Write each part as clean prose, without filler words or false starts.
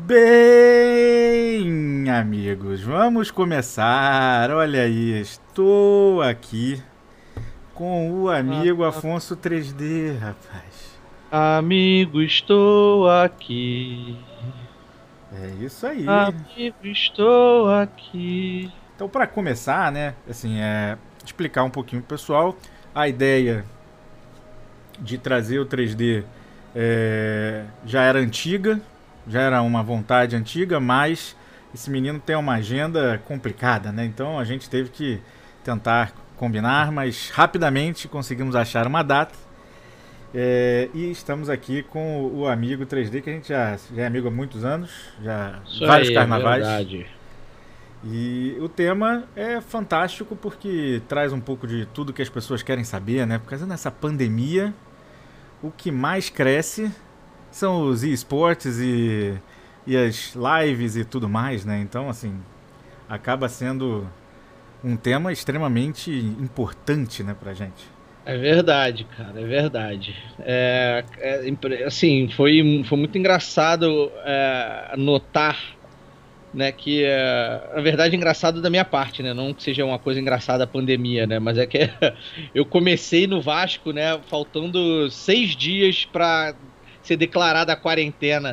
Bem, amigos, vamos começar. Olha aí, estou aqui com o amigo Afonso 3D, rapaz. Amigo, estou aqui. É isso aí. Amigo, estou aqui. Então, para começar, né, assim, explicar um pouquinho pro pessoal a ideia de trazer o 3D já era antiga, já era uma vontade antiga, mas esse menino tem uma agenda complicada, né? Então a gente teve que tentar combinar, mas rapidamente conseguimos achar uma data. E estamos aqui com o amigo 3D, que a gente já é amigo há muitos anos, já Isso vários aí, é carnavais. verdade. E o tema é fantástico porque traz um pouco de tudo que as pessoas querem saber, né? Por causa dessa pandemia, o que mais cresce são os esportes e as lives e tudo mais, né? Então, assim, acaba sendo um tema extremamente importante, né, pra gente. É verdade, cara, é verdade. Assim, foi muito engraçado notar, né, que, na verdade, engraçado da minha parte, né, não que seja uma coisa engraçada a pandemia, né, mas é que eu comecei no Vasco, né, faltando 6 dias para ser declarada a quarentena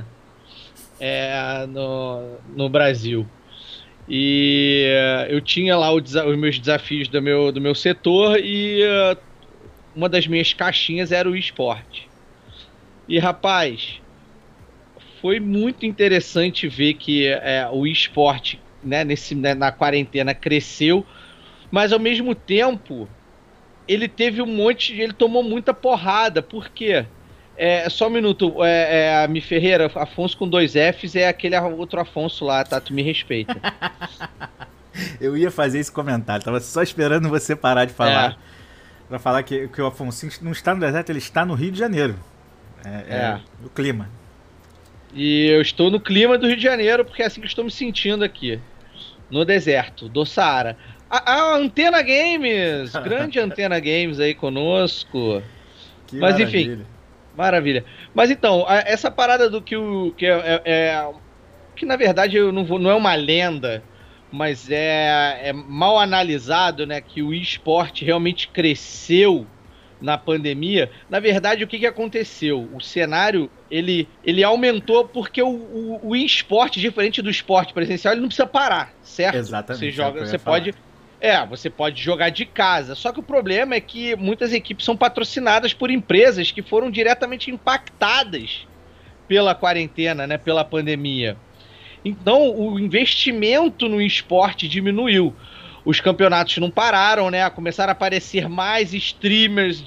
no Brasil. E eu tinha lá os meus desafios do meu setor e uma das minhas caixinhas era o esporte. E rapaz, foi muito interessante ver que o esporte, né, na quarentena cresceu, mas ao mesmo tempo ele tomou muita porrada. Por quê? Só um minuto, a Mi Ferreira, Afonso com dois Fs é aquele outro Afonso lá, tá? Tu me respeita. Eu ia fazer esse comentário, tava só esperando você parar de É, falar pra falar que o Afonso não está no deserto, ele está no Rio de Janeiro. É é. o clima. E eu estou no clima do Rio de Janeiro, porque é assim que eu estou me sentindo aqui, no deserto do Saara. A Antena Games, grande Antena Games aí conosco. Que Mas enfim, maravilha. maravilha. Mas então, essa parada do que o que que na verdade eu não vou, não é uma lenda, mas é mal analisado, né, que o esporte realmente cresceu na pandemia. Na verdade, o que que aconteceu? O cenário ele aumentou porque o esporte, diferente do esporte presencial, ele não precisa parar, certo? Você Exatamente, é o que joga, eu ia falar. você pode jogar de casa. Só que o problema é que muitas equipes são patrocinadas por empresas que foram diretamente impactadas pela quarentena, né, pela pandemia. Então, o investimento no esporte diminuiu. Os campeonatos não pararam, né? Começaram a aparecer mais streamers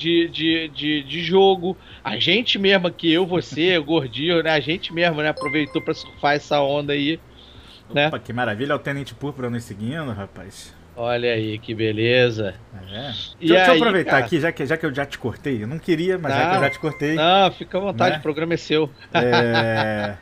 de jogo. A gente mesmo aqui, eu, você, o Gordinho, né? A gente mesmo, né? Aproveitou para surfar essa onda aí, né? Opa, que maravilha, é o Tenente Púrpura nos seguindo, rapaz. Olha aí, que beleza. É. E Deixa eu aí, aproveitar cara? aqui, já que eu já te cortei. Eu não queria, mas já que eu já Não, te cortei, não, fica à vontade, o né? programa é seu. É...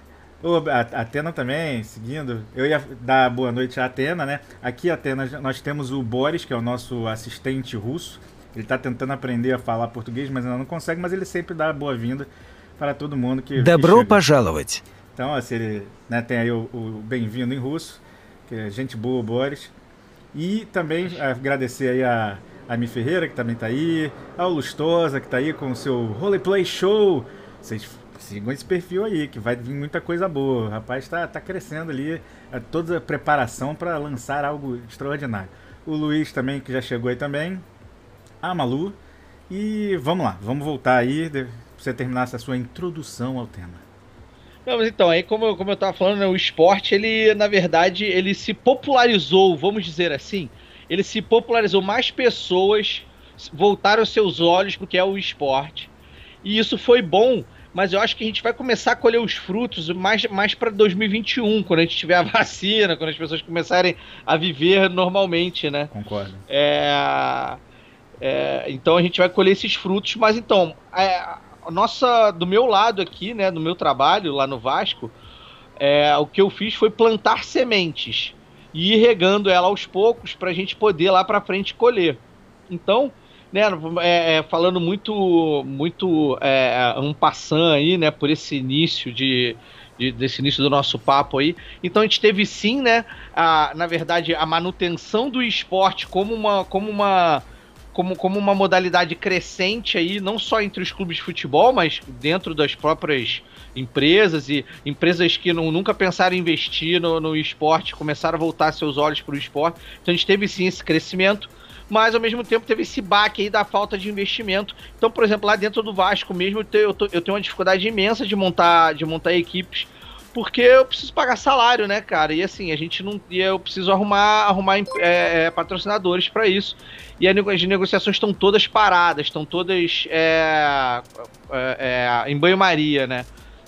a Atena também, seguindo. Eu ia dar boa noite à Atena, né? Aqui, Atena, nós temos o Boris, que é o nosso assistente russo. Ele está tentando aprender a falar português, mas ainda não consegue, mas ele sempre dá boa-vinda para todo mundo que Добро chega. пожаловать. Então, assim, ele, né, tem aí o bem-vindo em russo, que é gente boa, Boris. E também agradecer aí a Mi Ferreira, que também tá aí, ao Lustosa, que tá aí com o seu Roleplay Show. Vocês sigam esse perfil aí, que vai vir muita coisa boa. O rapaz tá crescendo ali, toda a preparação para lançar algo extraordinário. O Luiz também, que já chegou aí também. A Malu. E vamos lá, vamos voltar aí, pra você terminar essa sua introdução ao tema. Não, mas então, aí como eu tava falando, né, o esporte, ele, na verdade, ele se popularizou, vamos dizer assim, ele se popularizou, mais pessoas voltaram seus olhos pro que é o esporte, e isso foi bom, mas eu acho que a gente vai começar a colher os frutos mais para 2021, quando a gente tiver a vacina, quando as pessoas começarem a viver normalmente, né? Concordo. É, então a gente vai colher esses frutos, mas então, do meu lado aqui, né, do meu trabalho lá no Vasco, o que eu fiz foi plantar sementes e ir regando ela aos poucos para a gente poder lá para frente colher. Então, né, falando muito um passant aí, né, por esse início desse início do nosso papo aí. Então a gente teve sim, né, na verdade, a manutenção do esporte como uma modalidade crescente aí, não só entre os clubes de futebol, mas dentro das próprias empresas, e empresas que nunca pensaram em investir no esporte, começaram a voltar seus olhos para o esporte. Então a gente teve sim esse crescimento, mas ao mesmo tempo teve esse baque aí da falta de investimento. Então, por exemplo, lá dentro do Vasco mesmo, eu tenho uma dificuldade imensa de montar equipes, porque eu preciso pagar salário, né, cara? E assim, a gente não. E eu preciso arrumar patrocinadores para isso. E as negociações estão todas paradas, estão todas em banho-maria, né?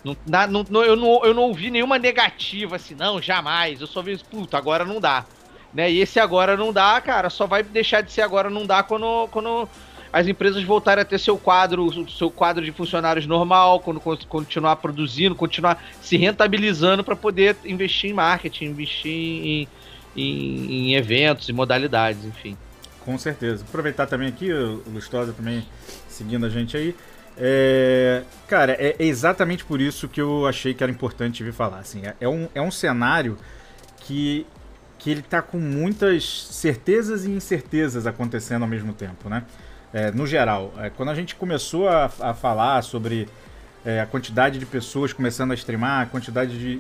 Eu não ouvi nenhuma negativa assim, não, jamais. Eu só vi, puta, agora não dá. Né? E esse agora não dá, cara, só vai deixar de ser agora não dá quando as empresas voltarem a ter seu quadro de funcionários normal, quando continuar produzindo, continuar se rentabilizando para poder investir em marketing, investir em eventos e modalidades, enfim. Com certeza. Aproveitar também aqui, o Lustosa também seguindo a gente aí. Cara, é exatamente por isso que eu achei que era importante vir falar. Assim, é um cenário que ele tá com muitas certezas e incertezas acontecendo ao mesmo tempo, né? No geral, quando a gente começou a falar sobre a quantidade de pessoas começando a streamar, a quantidade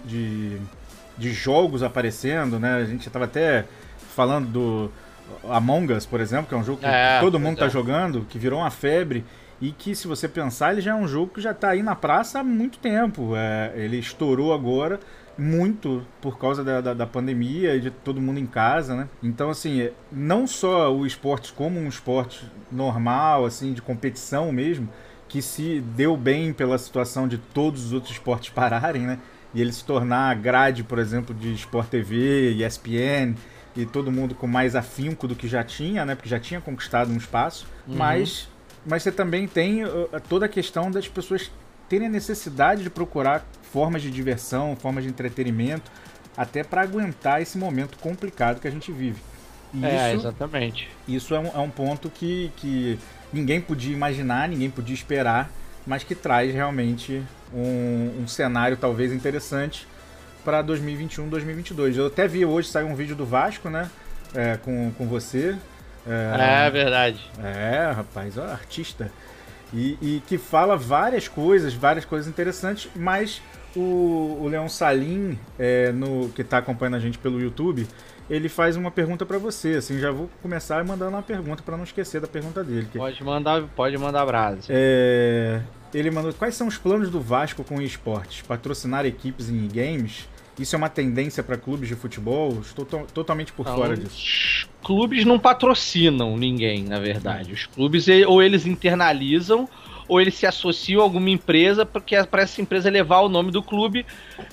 de jogos aparecendo, né? A gente estava até falando do Among Us, por exemplo, que é um jogo que todo mundo tá jogando, que virou uma febre, e que, se você pensar, ele já é um jogo que já tá aí na praça há muito tempo. Ele estourou agora muito por causa da pandemia e de todo mundo em casa, né? Então, assim, não só o esporte como um esporte normal, assim, de competição mesmo, que se deu bem pela situação de todos os outros esportes pararem, né? E ele se tornar grade, por exemplo, de Sport TV, ESPN, e todo mundo com mais afinco do que já tinha, né? Porque já tinha conquistado um espaço. Uhum. Mas você também tem toda a questão das pessoas terem a necessidade de procurar formas de diversão, formas de entretenimento, até para aguentar esse momento complicado que a gente vive. E exatamente. Isso é um ponto que ninguém podia imaginar, ninguém podia esperar, mas que traz realmente um cenário talvez interessante para 2021, 2022. Eu até vi hoje, saiu um vídeo do Vasco, né? Com você. Verdade. Rapaz, ó, artista. E que fala várias coisas interessantes, mas o Leon Salim, que está acompanhando a gente pelo YouTube, ele faz uma pergunta para você. Assim, já vou começar mandando uma pergunta para não esquecer da pergunta dele. Pode mandar brasa. Ele mandou: quais são os planos do Vasco com esportes? Patrocinar equipes em games? Isso é uma tendência para clubes de futebol? Estou totalmente por fora disso. Os clubes não patrocinam ninguém, na verdade. Os clubes ou eles internalizam ou eles se associam a alguma empresa para essa empresa levar o nome do clube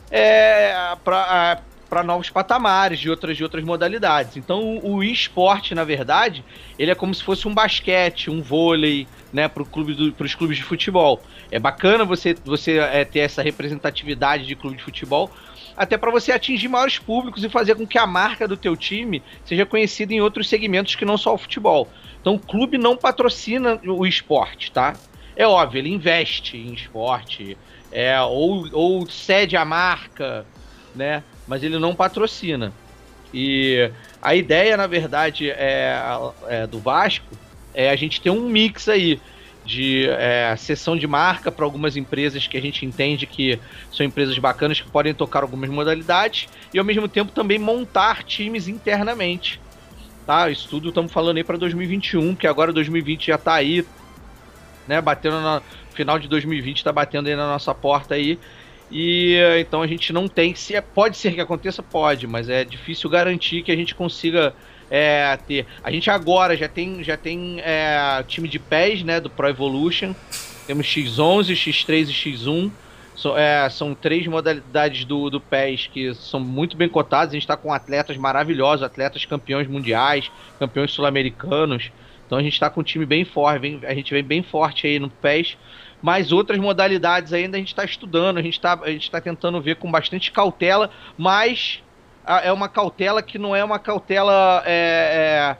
para novos patamares de outras modalidades. Então o esporte, na verdade, ele é como se fosse um basquete, um vôlei, né, para os clubes de futebol. É bacana você ter essa representatividade de clube de futebol, até para você atingir maiores públicos e fazer com que a marca do teu time seja conhecida em outros segmentos que não só o futebol. Então o clube não patrocina o esporte, tá? É óbvio, ele investe em esporte, ou cede a marca, né? Mas ele não patrocina. E a ideia, na verdade, do Vasco é a gente ter um mix aí de cessão de marca para algumas empresas que a gente entende que são empresas bacanas que podem tocar algumas modalidades e, ao mesmo tempo, também montar times internamente. Tá? Isso tudo estamos falando aí para 2021, que agora 2020 já está aí, né? Batendo no final de 2020, está batendo aí na nossa porta aí. E então a gente não tem. Pode ser que aconteça? Pode, mas é difícil garantir que a gente consiga ter. A gente agora já tem time de PES, né, do Pro Evolution. Temos X11, X3 e X1. São 3 modalidades do PES que são muito bem cotadas. A gente está com atletas maravilhosos, atletas campeões mundiais, campeões sul-americanos. Então a gente está com um time bem forte, a gente vem bem forte aí no PES. Mas outras modalidades ainda a gente está estudando, a gente tá tentando ver com bastante cautela, mas é uma cautela que não é uma cautela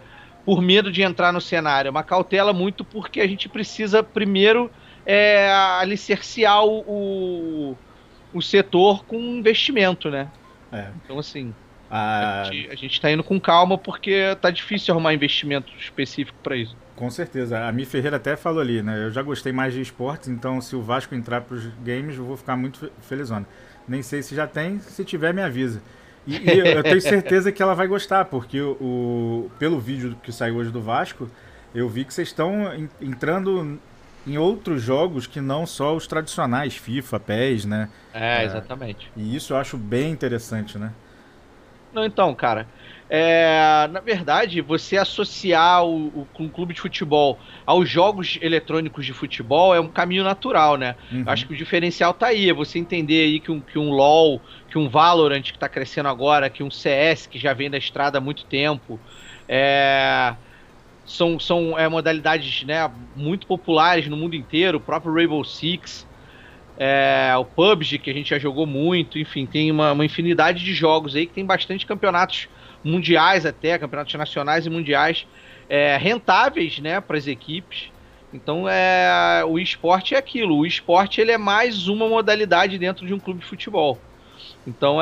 por medo de entrar no cenário, é uma cautela muito porque a gente precisa primeiro alicerciar o setor com investimento, né? Então, assim, a gente tá indo com calma porque tá difícil arrumar investimento específico para isso. Com certeza. A Mi Ferreira até falou ali, né? Eu já gostei mais de esportes, então se o Vasco entrar para os games, eu vou ficar muito felizona. Nem sei se já tem, se tiver, me avisa. E eu tenho certeza que ela vai gostar, porque pelo vídeo que saiu hoje do Vasco, eu vi que vocês estão entrando em outros jogos que não só os tradicionais, FIFA, PES, né? Exatamente. E isso eu acho bem interessante, né? Não, então, cara, na verdade, você associar um clube de futebol aos jogos eletrônicos de futebol é um caminho natural, né? Uhum. Eu acho que o diferencial tá aí, é você entender aí que um LoL, que um Valorant que tá crescendo agora, que um CS que já vem da estrada há muito tempo, são modalidades, né, muito populares no mundo inteiro, o próprio Rainbow Six, o PUBG, que a gente já jogou muito, enfim, tem uma infinidade de jogos aí que tem bastante campeonatos mundiais até, campeonatos nacionais e mundiais rentáveis, né, para as equipes. Então o esporte é aquilo, o esporte ele é mais uma modalidade dentro de um clube de futebol. Então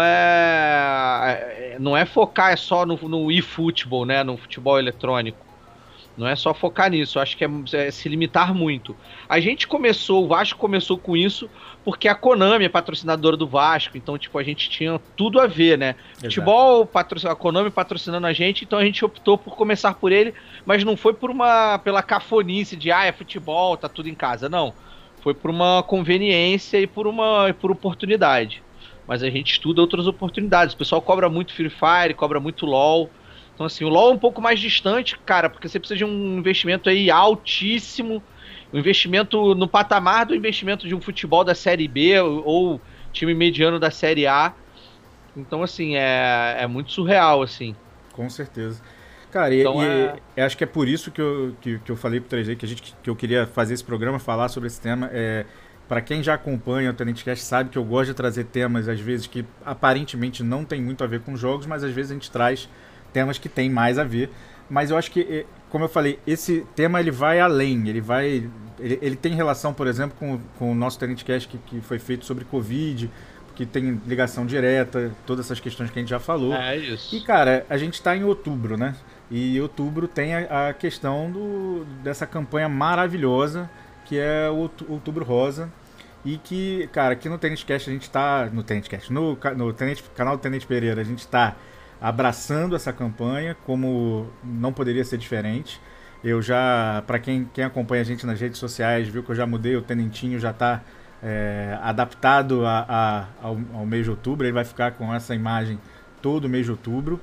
não é focar só no eFootball, né, no futebol eletrônico. Não é só focar nisso, eu acho que é se limitar muito. O Vasco começou com isso porque a Konami é patrocinadora do Vasco, então, tipo, a gente tinha tudo a ver, né? Exato. Futebol, a Konami patrocinando a gente, então a gente optou por começar por ele, mas não foi pela cafonice de, é futebol, tá tudo em casa, não. Foi por uma conveniência e por oportunidade. Mas a gente estuda outras oportunidades. O pessoal cobra muito Free Fire, cobra muito LoL. Então, assim, o LoL é um pouco mais distante, cara, porque você precisa de um investimento aí altíssimo, um investimento no patamar do investimento de um futebol da Série B ou time mediano da Série A. Então, assim, é muito surreal, assim. Com certeza. Cara, então, acho que é por isso que eu falei pro 3G que eu queria fazer esse programa, falar sobre esse tema. Para quem já acompanha o TenenteCast sabe que eu gosto de trazer temas, às vezes, que aparentemente não tem muito a ver com jogos, mas às vezes a gente traz temas que tem mais a ver, mas eu acho que, como eu falei, esse tema ele vai além, ele tem relação, por exemplo, com o nosso TenenteCast que foi feito sobre Covid, que tem ligação direta, todas essas questões que a gente já falou. Isso. E, cara, a gente está em outubro, né? E outubro tem a questão dessa campanha maravilhosa, que é o Outubro Rosa, e que, cara, aqui no TenenteCast a gente está, no canal do Tenente Pereira, a gente está abraçando essa campanha, como não poderia ser diferente. Eu já, para quem acompanha a gente nas redes sociais, viu que eu já mudei, o Tenentinho já está adaptado ao mês de outubro, ele vai ficar com essa imagem todo mês de outubro.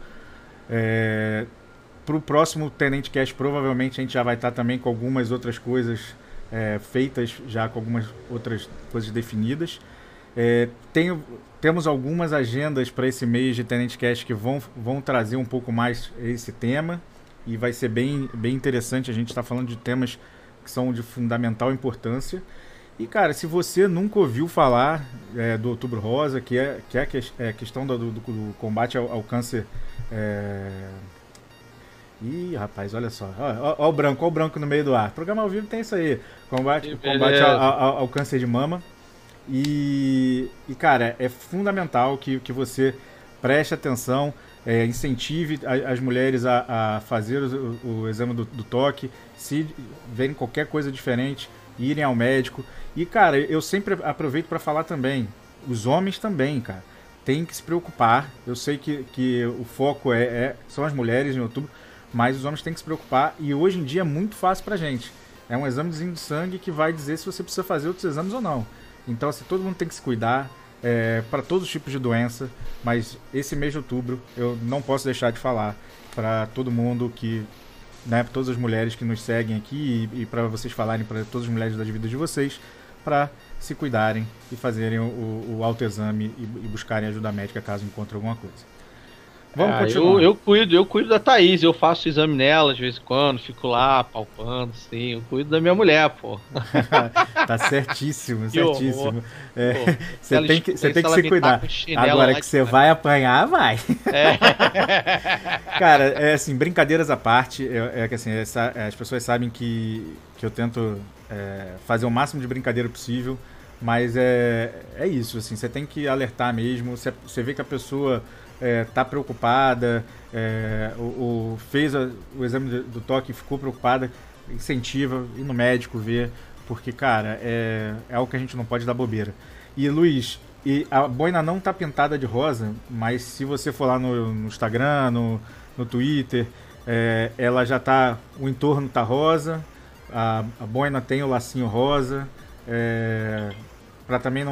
Para o próximo TenenteCast, provavelmente a gente já vai estar também com algumas outras coisas feitas, já com algumas outras coisas definidas. Temos algumas agendas para esse mês de TenenteCast que vão trazer um pouco mais esse tema e vai ser bem interessante. A gente está falando de temas que são de fundamental importância. E, cara, se você nunca ouviu falar do Outubro Rosa, que é a questão do combate ao câncer... Ih, rapaz, olha só. Olha o branco no meio do ar. Programa ao vivo tem isso aí. Combate ao câncer de mama. E, cara, é fundamental que você preste atenção, incentive as mulheres a fazer o exame do toque, se verem qualquer coisa diferente, irem ao médico. E, cara, eu sempre aproveito para falar também, os homens também, cara, tem que se preocupar. Eu sei que o foco são as mulheres em outubro, mas os homens têm que se preocupar e hoje em dia é muito fácil pra gente. É um examezinho de sangue que vai dizer se você precisa fazer outros exames ou não. Então, assim, todo mundo tem que se cuidar para todos os tipos de doença, mas esse mês de outubro eu não posso deixar de falar para todo mundo para todas as mulheres que nos seguem aqui e para vocês falarem para todas as mulheres das vidas de vocês, para se cuidarem e fazerem o autoexame e buscarem ajuda médica caso encontrem alguma coisa. Vamos continuar. Eu cuido da Thaís, eu faço exame nela de vez em quando, fico lá palpando, sim, eu cuido da minha mulher, pô. Tá certíssimo, Que certíssimo. horror. Você tem que se cuidar. Agora que você vai apanhar, vai. É. Cara, é assim, brincadeiras à parte, que assim, as pessoas sabem que eu tento fazer o máximo de brincadeira possível, mas é isso, assim, você tem que alertar mesmo, você vê que a pessoa tá preocupada, fez o exame do toque e ficou preocupada, incentiva, ir no médico ver, porque, cara, é algo que a gente não pode dar bobeira. E, Luiz, a boina não tá pintada de rosa, mas se você for lá no Instagram, no Twitter, ela já tá, o entorno tá rosa, a boina tem o lacinho rosa, para também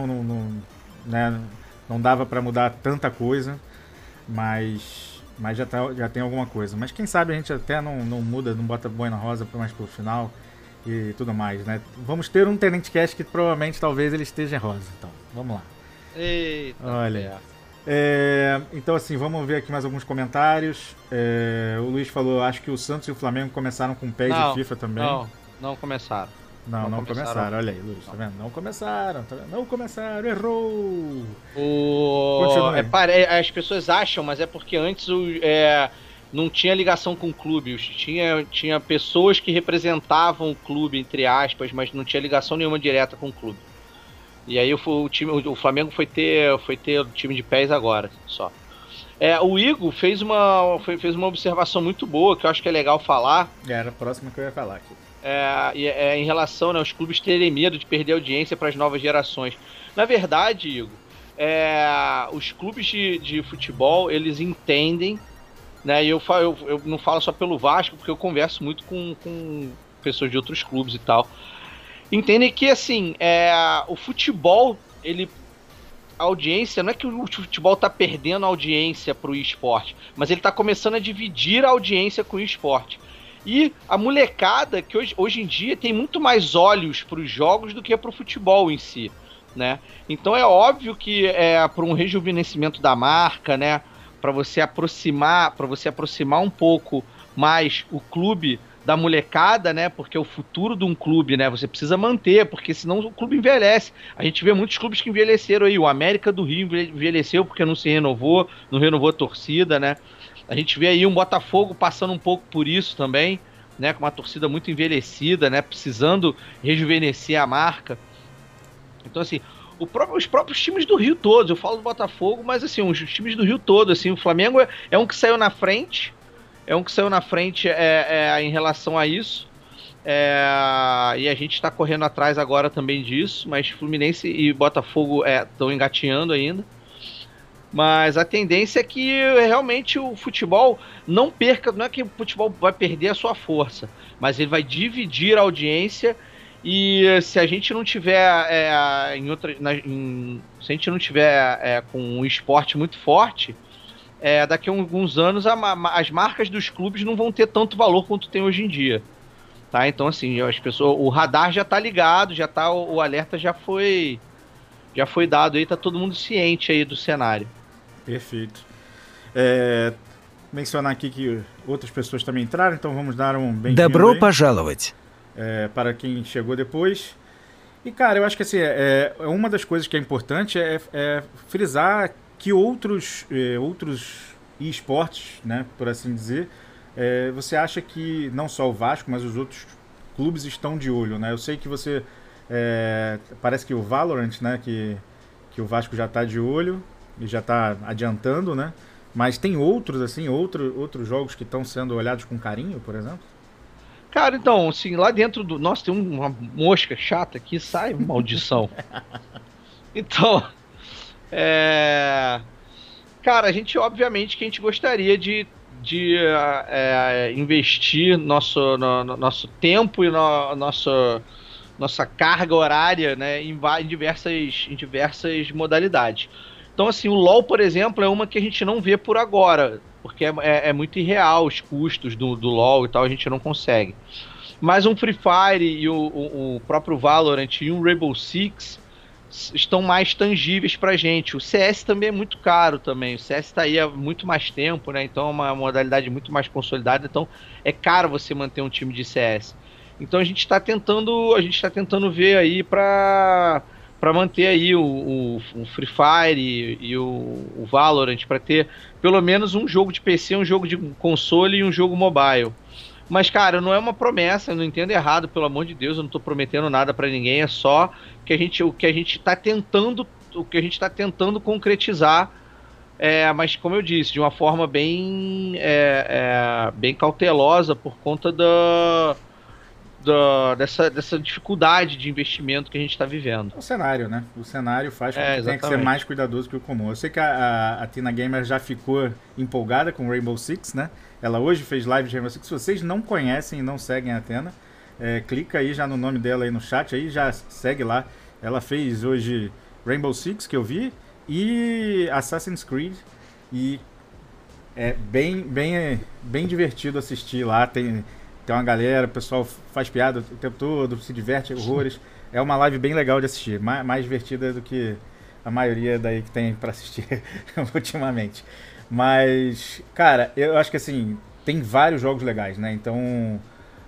não dava para mudar tanta coisa, mas já tem alguma coisa. Mas quem sabe a gente até não muda, não bota boina rosa mais pro final e tudo mais, né? Vamos ter um Tenente Cash que provavelmente talvez ele esteja rosa, então vamos lá. Eita, olha. Então assim, vamos ver aqui mais alguns comentários. O Luiz falou, acho que o Santos e o Flamengo começaram com PES e FIFA também. Não começaram. Não começaram, olha aí, Luiz, tá vendo? Não começaram, errou! As pessoas acham, mas é porque antes não tinha ligação com o clube, tinha pessoas que representavam o clube, entre aspas, mas não tinha ligação nenhuma direta com o clube. E aí o Flamengo foi ter o time de PES agora, só. O Igor fez uma observação muito boa, que eu acho que é legal falar. Era a próxima que eu ia falar aqui. Em relação aos clubes terem medo de perder audiência para as novas gerações. Na verdade, Igor, os clubes de futebol, eles entendem, né? E eu não falo só pelo Vasco, porque eu converso muito com pessoas de outros clubes e tal. Entendem que, assim, o futebol, a audiência, não é que o futebol tá perdendo audiência pro esporte, mas ele tá começando a dividir a audiência com o esporte. E a molecada, que hoje em dia tem muito mais olhos para os jogos do que para o futebol em si, né? Então é óbvio que para um rejuvenescimento da marca, né? Para você aproximar um pouco mais o clube da molecada, né? Porque é o futuro de um clube, né? Você precisa manter, porque senão o clube envelhece. A gente vê muitos clubes que envelheceram aí. O América do Rio envelheceu porque não se renovou, não renovou a torcida, né? A gente vê aí um Botafogo passando um pouco por isso também, né? Com uma torcida muito envelhecida, né? Precisando rejuvenescer a marca. Então, assim, os próprios times do Rio todos, eu falo do Botafogo, mas assim, os times do Rio todo, assim, o Flamengo é um que saiu na frente, em relação a isso. E a gente está correndo atrás agora também disso, mas Fluminense e Botafogo estão engatinhando ainda. Mas a tendência é que realmente o futebol não perca, não é que o futebol vai perder a sua força, mas ele vai dividir a audiência. E se a gente não tiver se a gente não tiver com um esporte muito forte, daqui a alguns anos as marcas dos clubes não vão ter tanto valor quanto tem hoje em dia, tá? Então assim, as pessoas, o radar já tá ligado, o alerta já foi dado aí, tá todo mundo ciente aí do cenário. Perfeito. Mencionar aqui que outras pessoas também entraram, então vamos dar um bem-vindo. Добро пожаловать. Para quem chegou depois. E, cara, eu acho que assim, uma das coisas que é importante é frisar que outros esportes, né, por assim dizer, você acha que não só o Vasco, mas os outros clubes estão de olho, né? Eu sei que você... parece que o Valorant, né, que o Vasco já está de olho e já está adiantando, né? Mas tem outros, assim, outros jogos que estão sendo olhados com carinho, por exemplo? Cara, então, assim, lá dentro do... Nossa, tem uma mosca chata aqui, sai, maldição. Então, cara, a gente, obviamente, que a gente gostaria de investir nosso tempo e nossa carga horária, né, em diversas modalidades. Então, assim, o LoL, por exemplo, é uma que a gente não vê por agora, porque é muito irreal os custos do LoL e tal, a gente não consegue. Mas um Free Fire e o próprio Valorant e um Rainbow Six, estão mais tangíveis pra gente. O CS também é muito caro também. O CS está aí há muito mais tempo, né? Então é uma modalidade muito mais consolidada. Então é caro você manter um time de CS. Então a gente tá tentando ver aí para manter aí o Free Fire e o Valorant para ter pelo menos um jogo de PC, um jogo de console e um jogo mobile. Mas, cara, não é uma promessa, eu não entendo errado, pelo amor de Deus, eu não tô prometendo nada pra ninguém, é só o que a gente tá tentando, o que a gente tá tentando concretizar, mas como eu disse, de uma forma bem cautelosa por conta dessa dificuldade de investimento que a gente está vivendo. O cenário, né? O cenário faz com que tenha que ser Exatamente. mais cuidadoso que o comum. Eu sei que a Tina Gamer já ficou empolgada com Rainbow Six, né? Ela hoje fez live de Rainbow Six. Se vocês não conhecem e não seguem a Athena, clica aí já no nome dela aí no chat, aí já segue lá. Ela fez hoje Rainbow Six, que eu vi, e Assassin's Creed. E é bem divertido assistir lá. Tem uma galera, o pessoal faz piada o tempo todo, se diverte horrores. É uma live bem legal de assistir, mais divertida do que a maioria daí que tem pra assistir ultimamente. Mas, cara, eu acho que assim, tem vários jogos legais, né? Então,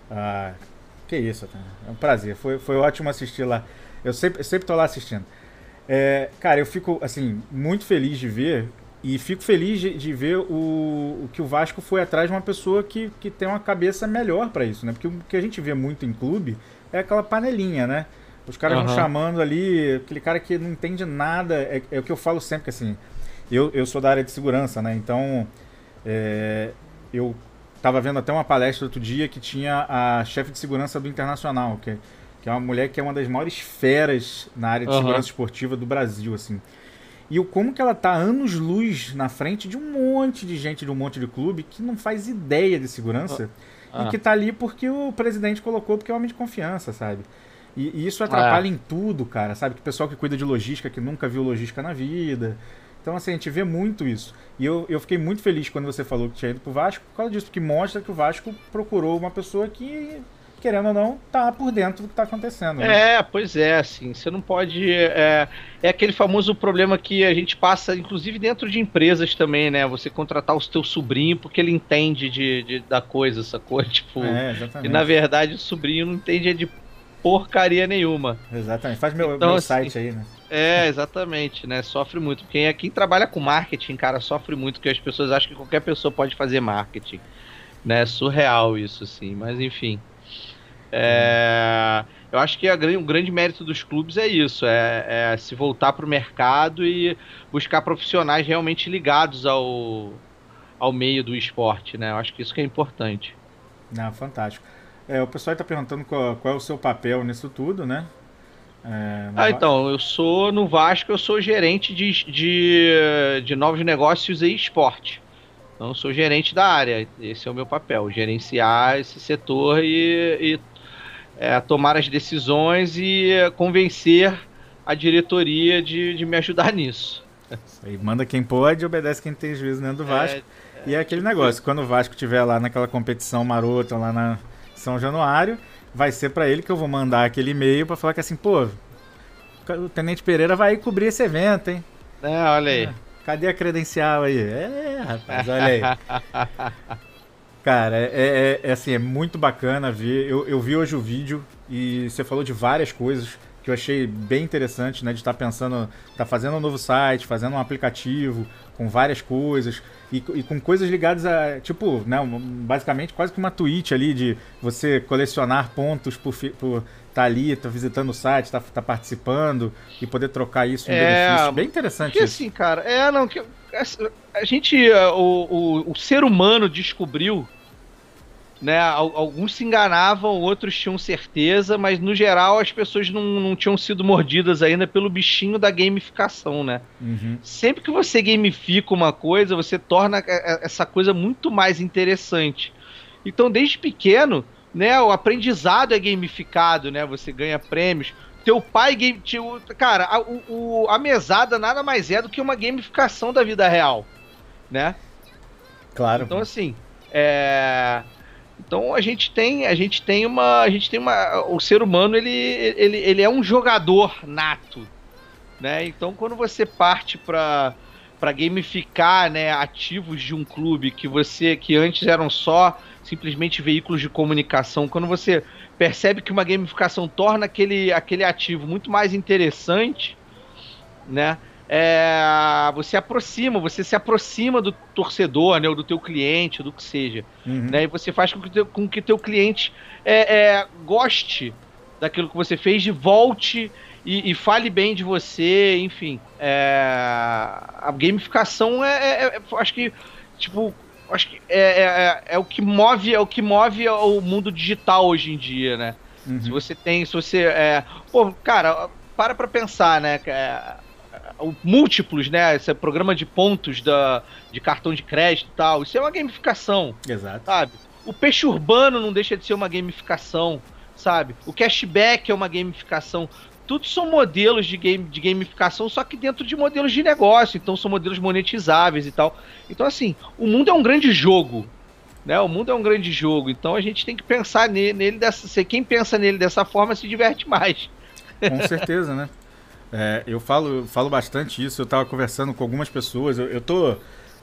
que isso, é um prazer. Foi ótimo assistir lá. Eu sempre tô lá assistindo. Cara, eu fico, assim, muito feliz de ver. E fico feliz de ver o que o Vasco foi atrás de uma pessoa que tem uma cabeça melhor pra isso, né? Porque o que a gente vê muito em clube é aquela panelinha, né? Os caras vão chamando ali, aquele cara que não entende nada. É o que eu falo sempre, que assim, eu sou da área de segurança, né? Então, eu tava vendo até uma palestra outro dia que tinha a chefe de segurança do Internacional, que é uma mulher que é uma das maiores feras na área de segurança esportiva do Brasil, assim. E como que ela tá anos-luz na frente de um monte de gente, de um monte de clube que não faz ideia de segurança e que tá ali porque o presidente colocou, porque é homem de confiança, sabe? E isso atrapalha em tudo, cara, sabe? Que o pessoal que cuida de logística, que nunca viu logística na vida. Então, assim, a gente vê muito isso. E eu fiquei muito feliz quando você falou que tinha ido pro Vasco por causa disso, porque mostra que o Vasco procurou uma pessoa que, querendo ou não, tá por dentro do que tá acontecendo. Né? Pois é, assim, você não pode. É aquele famoso problema que a gente passa, inclusive dentro de empresas também, né? Você contratar o seu sobrinho porque ele entende da coisa, sacou? Tipo, exatamente. E na verdade o sobrinho não entende de porcaria nenhuma. Exatamente. Faz meu site aí, né? Exatamente, né? Sofre muito. Quem trabalha com marketing, cara, sofre muito, porque as pessoas acham que qualquer pessoa pode fazer marketing. Né? Surreal isso, assim, mas enfim. Eu acho que o grande mérito dos clubes é isso, se voltar para o mercado e buscar profissionais realmente ligados ao meio do esporte, né? Eu acho que isso que é importante. Não, fantástico. O pessoal está perguntando qual é o seu papel nisso tudo, né? Então, no Vasco eu sou gerente de novos negócios e esporte. Então, eu sou gerente da área, esse é o meu papel, gerenciar esse setor e tomar as decisões e convencer a diretoria de me ajudar nisso. Isso aí, manda quem pode, obedece quem tem juízo dentro do Vasco. E é aquele negócio, quando o Vasco estiver lá naquela competição marota, lá na São Januário, vai ser pra ele que eu vou mandar aquele e-mail pra falar que assim, pô, o Tenente Pereira vai cobrir esse evento, hein? Olha aí. Cadê a credencial aí? Rapaz, olha aí. Cara, assim, é muito bacana ver. Eu vi hoje o vídeo e você falou de várias coisas que eu achei bem interessante, né? De estar pensando, tá fazendo um novo site, fazendo um aplicativo com várias coisas e com coisas ligadas a, tipo, né? Basicamente quase que uma Twitch ali de você colecionar pontos por tá ali, tá visitando o site, tá participando e poder trocar isso em benefício. Bem interessante isso. Assim, cara, a gente, o ser humano descobriu, né? Alguns se enganavam, outros tinham certeza, mas no geral as pessoas não tinham sido mordidas ainda pelo bichinho da gamificação, né? Sempre que você gamifica uma coisa, você torna essa coisa muito mais interessante. Então, desde pequeno, né, o aprendizado é gamificado, né? Você ganha prêmios. Teu pai cara, a mesada nada mais é do que uma gamificação da vida real, né? Claro. Então, assim, então a gente tem uma, o ser humano ele é um jogador nato, né? Então, quando você parte para gamificar, né, ativos de um clube que antes eram só simplesmente veículos de comunicação, quando você percebe que uma gamificação torna aquele ativo muito mais interessante, né? Você se aproxima do torcedor, né, ou do teu cliente, ou do que seja, né? E você faz com que teu cliente goste daquilo que você fez, volte e fale bem de você, enfim. A gamificação acho que, tipo, é o que move, o mundo digital hoje em dia, né? Pô, cara, para pensar, né? Múltiplos, né? Esse programa de pontos de cartão de crédito e tal. Isso é uma gamificação. Exato. Sabe? O peixe urbano não deixa de ser uma gamificação, sabe? O cashback é uma gamificação. Tudo são modelos de gamificação, só que dentro de modelos de negócio. Então são modelos monetizáveis e tal. Então, assim, o mundo é um grande jogo, né? O mundo é um grande jogo. Então a gente tem que pensar nele quem pensa nele dessa forma se diverte mais. Com certeza, né? Eu falo bastante isso. Eu estava conversando com algumas pessoas. Eu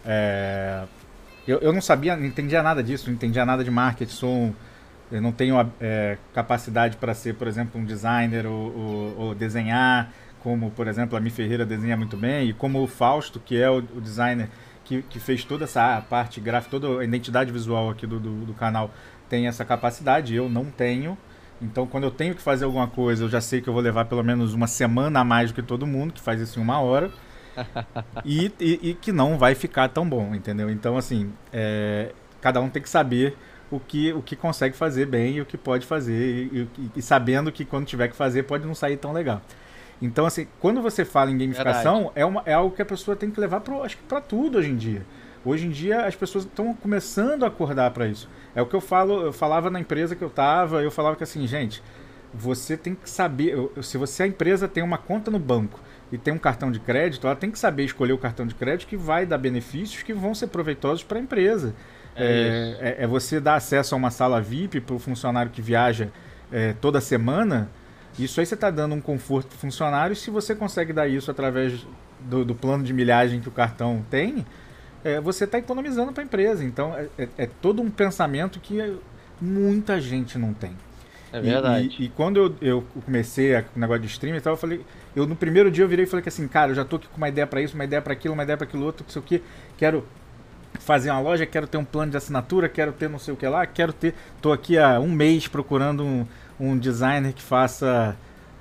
não sabia, não entendia nada disso, não entendia nada de marketing. Eu não tenho capacidade para ser, por exemplo, um designer ou desenhar, como, por exemplo, a Mi Ferreira desenha muito bem, e como o Fausto, que é o designer que fez toda essa parte gráfica, toda a identidade visual aqui do canal, tem essa capacidade. Eu não tenho. Então, quando eu tenho que fazer alguma coisa, eu já sei que eu vou levar pelo menos uma semana a mais do que todo mundo, que faz isso em 1 hora, e que não vai ficar tão bom, entendeu? Então, assim, cada um tem que saber o que consegue fazer bem e o que pode fazer, e sabendo que quando tiver que fazer pode não sair tão legal. Então, assim, quando você fala em gamificação, é algo que a pessoa tem que levar acho que para tudo hoje em dia. Hoje em dia as pessoas estão começando a acordar para isso. É o que eu falava na empresa que eu falava que assim, gente, você tem que saber, se a empresa tem uma conta no banco e tem um cartão de crédito, ela tem que saber escolher o cartão de crédito que vai dar benefícios que vão ser proveitosos para a empresa. É você dar acesso a uma sala VIP para o funcionário que viaja toda semana. Isso aí você está dando um conforto para o funcionário, e se você consegue dar isso através do plano de milhagem que o cartão tem, você está economizando para a empresa. Então, é todo um pensamento que muita gente não tem. É verdade. E quando eu comecei com o negócio de streaming e tal, no primeiro dia eu virei e falei que assim, cara, eu já tô aqui com uma ideia para isso, uma ideia para aquilo, uma ideia para aquilo outro, não sei o que, quero fazer uma loja, quero ter um plano de assinatura, quero ter não sei o que lá, tô aqui há 1 mês procurando um designer que faça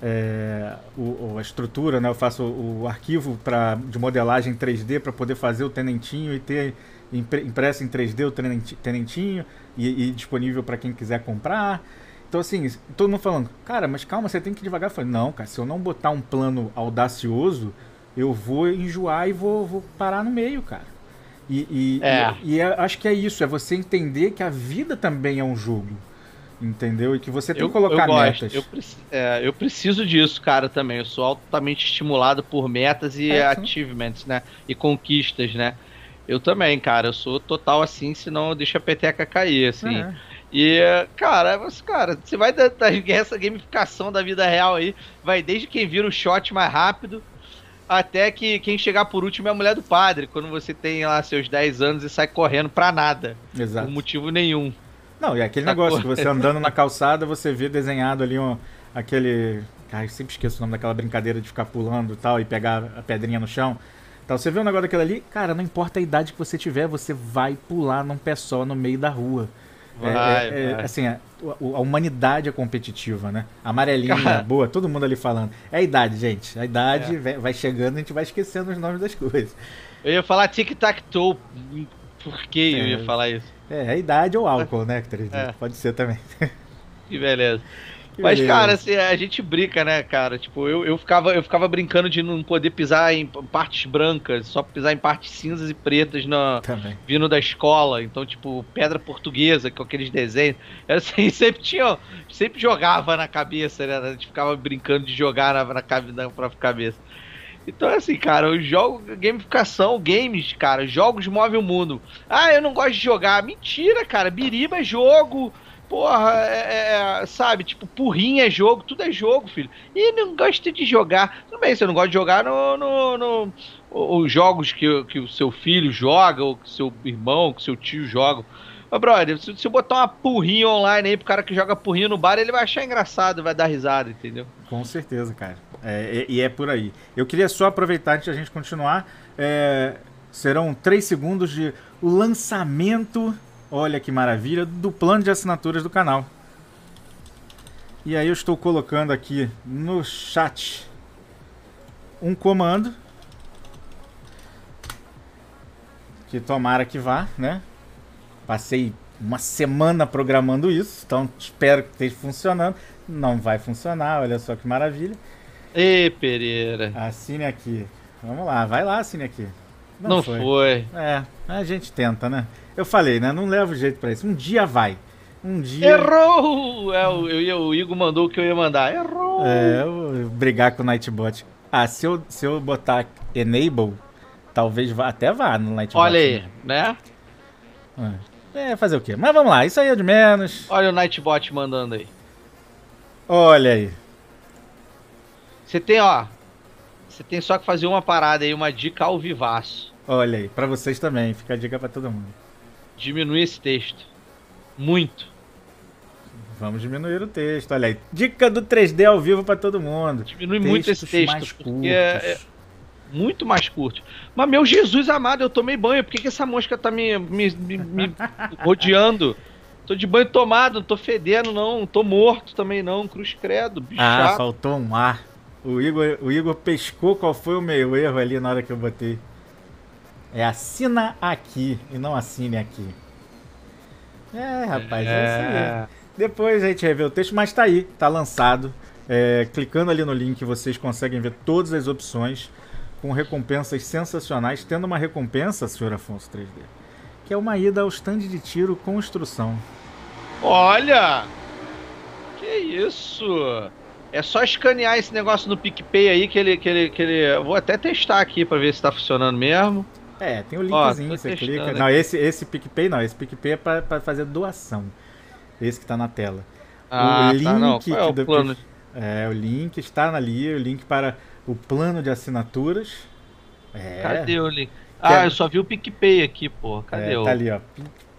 a estrutura, né? Eu faço o arquivo de modelagem 3D para poder fazer o tenentinho e ter impresso em 3D o tenentinho e disponível para quem quiser comprar. Então, assim, todo mundo falando, cara, mas calma, você tem que ir devagar. Eu falei, não, cara, se eu não botar um plano audacioso, eu vou enjoar e vou parar no meio, cara. E acho que é isso, é você entender que a vida também é um jogo, entendeu? E que você tem que colocar metas. Eu preciso disso, cara, também. Eu sou altamente estimulado por metas e achievements, né? E conquistas, né? Eu também, cara. Eu sou total assim, senão eu deixo a peteca cair, assim. E, cara, você vai essa gamificação da vida real aí, vai desde quem vira o shot mais rápido, até que quem chegar por último é a mulher do padre, quando você tem lá seus 10 anos e sai correndo pra nada. Exato. Por motivo nenhum. Não, e aquele negócio que você andando na calçada, você vê desenhado ali aquele... Cara, eu sempre esqueço o nome daquela brincadeira de ficar pulando e tal, e pegar a pedrinha no chão. Então, você vê um negócio daquele ali, cara, não importa a idade que você tiver, você vai pular num pé só no meio da rua. Assim, a humanidade é competitiva, né? Amarelinha, boa, todo mundo ali falando. É a idade, gente. A idade vai chegando, a gente vai esquecendo os nomes das coisas. Eu ia falar tic-tac-toe. Por que eu ia falar isso? É a idade ou álcool, né? Pode ser também. Que beleza. Mas, cara, assim, a gente brinca, né, cara? Tipo, eu ficava brincando de não poder pisar em partes brancas, só pisar em partes cinzas e pretas vindo da escola. Então, tipo, pedra portuguesa, com aqueles desenhos. Eu, assim, sempre jogava na cabeça, né? A gente ficava brincando de jogar na própria cabeça. Então, assim, cara, eu jogo gamificação, games, cara, jogos movem o mundo. Ah, eu não gosto de jogar. Mentira, cara, Biriba é jogo. porra, sabe, tipo, porrinha é jogo, tudo é jogo, filho. E não gosta de jogar. Tudo bem, você não gosta de jogar os jogos que o seu filho joga, ou que o seu irmão, que o seu tio joga. Mas, brother, se eu botar uma porrinha online aí pro cara que joga porrinha no bar, ele vai achar engraçado, vai dar risada, entendeu? Com certeza, cara. E é por aí. Eu queria só aproveitar antes de a gente continuar. Serão 3 segundos de o lançamento, olha que maravilha, do plano de assinaturas do canal. E aí eu estou colocando aqui no chat um comando que tomara que vá, né? Passei uma semana programando isso, então espero que esteja funcionando. Não vai funcionar, olha só que maravilha. Ê, Pereira. Assine aqui. Vamos lá, vai lá, assine aqui. Não foi. A gente tenta, né? Eu falei, né? Não leva jeito pra isso. Um dia vai. Um dia... Errou! O Igor mandou o que eu ia mandar. Errou! Eu vou brigar com o Nightbot. Se eu botar Enable, talvez até vá no Nightbot. Olha aí, né? Fazer o quê? Mas vamos lá, isso aí é de menos. Olha o Nightbot mandando aí. Olha aí. Você tem só que fazer uma parada aí, uma dica ao vivaço. Olha aí, pra vocês também, fica a dica pra todo mundo. Diminui esse texto. Muito. Vamos diminuir o texto, olha aí. Dica do 3D ao vivo pra todo mundo. Diminui muito esse texto, porque é muito mais curto. Mas, meu Jesus amado, eu tomei banho. Por que essa mosca tá me rodeando? Tô de banho tomado, não tô fedendo, não. Não tô morto também, não. Cruz credo, bicho chato. Faltou um ar. O Igor pescou qual foi o meu erro ali na hora que eu botei. Assina aqui e não assine aqui. Rapaz, é isso aí. Depois a gente revê o texto, mas tá aí, tá lançado. Clicando ali no link, vocês conseguem ver todas as opções com recompensas sensacionais. Tendo uma recompensa, senhor Afonso 3D, que é uma ida ao stand de tiro com instrução. Olha! Que isso! É só escanear esse negócio no PicPay aí que ele... Eu vou até testar aqui pra ver se tá funcionando mesmo. Tem o linkzinho, você clica. Não, esse PicPay não. Esse PicPay é pra fazer doação. Esse que tá na tela. O link Qual é o plano? O link está ali, o link para o plano de assinaturas. Cadê o link? Eu só vi o PicPay aqui, pô. Cadê o... Tá ali, ó.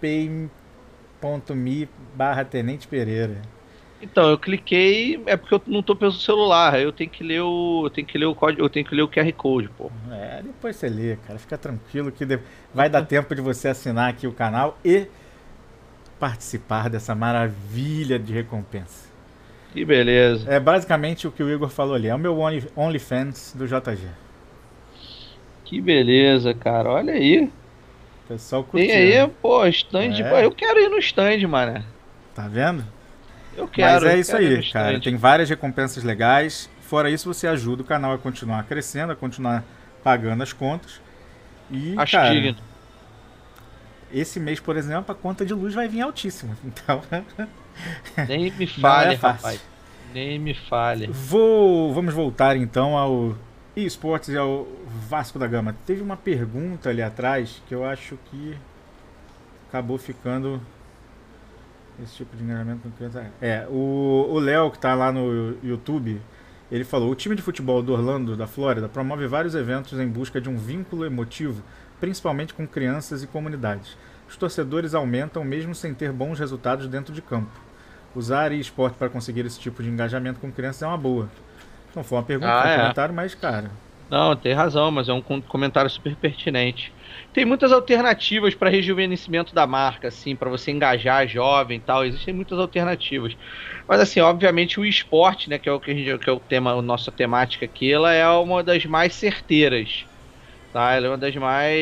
picpay.me/Tenente Pereira. Então, eu cliquei, é porque eu não tô pelo celular, eu tenho que ler o código, eu tenho que ler o QR Code, pô. Depois você lê, cara, fica tranquilo que vai dar tempo de você assinar aqui o canal e participar dessa maravilha de recompensa. Que beleza. É basicamente o que o Igor falou ali, é o meu OnlyFans do JG. Que beleza, cara, olha aí. Pessoal curtindo. Tem aí, pô, stand, pô, eu quero ir no stand, mano. Tá vendo? Eu quero. Mas isso aí, cara. Tem várias recompensas legais. Fora isso, você ajuda o canal a continuar crescendo, a continuar pagando as contas. E, acho cara, digno. Esse mês, por exemplo, a conta de luz vai vir altíssima. Então, nem me fale, rapaz. Nem me fale. Vamos voltar então ao eSports e ao Vasco da Gama. Teve uma pergunta ali atrás que eu acho que acabou ficando... Esse tipo de engajamento com criança. O Léo, que tá lá no YouTube, ele falou: o time de futebol do Orlando, da Flórida, promove vários eventos em busca de um vínculo emotivo, principalmente com crianças e comunidades. Os torcedores aumentam mesmo sem ter bons resultados dentro de campo. Usar eSport para conseguir esse tipo de engajamento com crianças é uma boa. Não foi uma pergunta, foi um comentário, mas, cara... Não, tem razão, mas é um comentário super pertinente. Tem muitas alternativas para rejuvenescimento da marca, assim, para você engajar jovem e tal. Existem muitas alternativas. Mas, assim, obviamente o esporte, né, que é o tema, a nossa temática aqui, ela é uma das mais certeiras, tá? Ela é uma das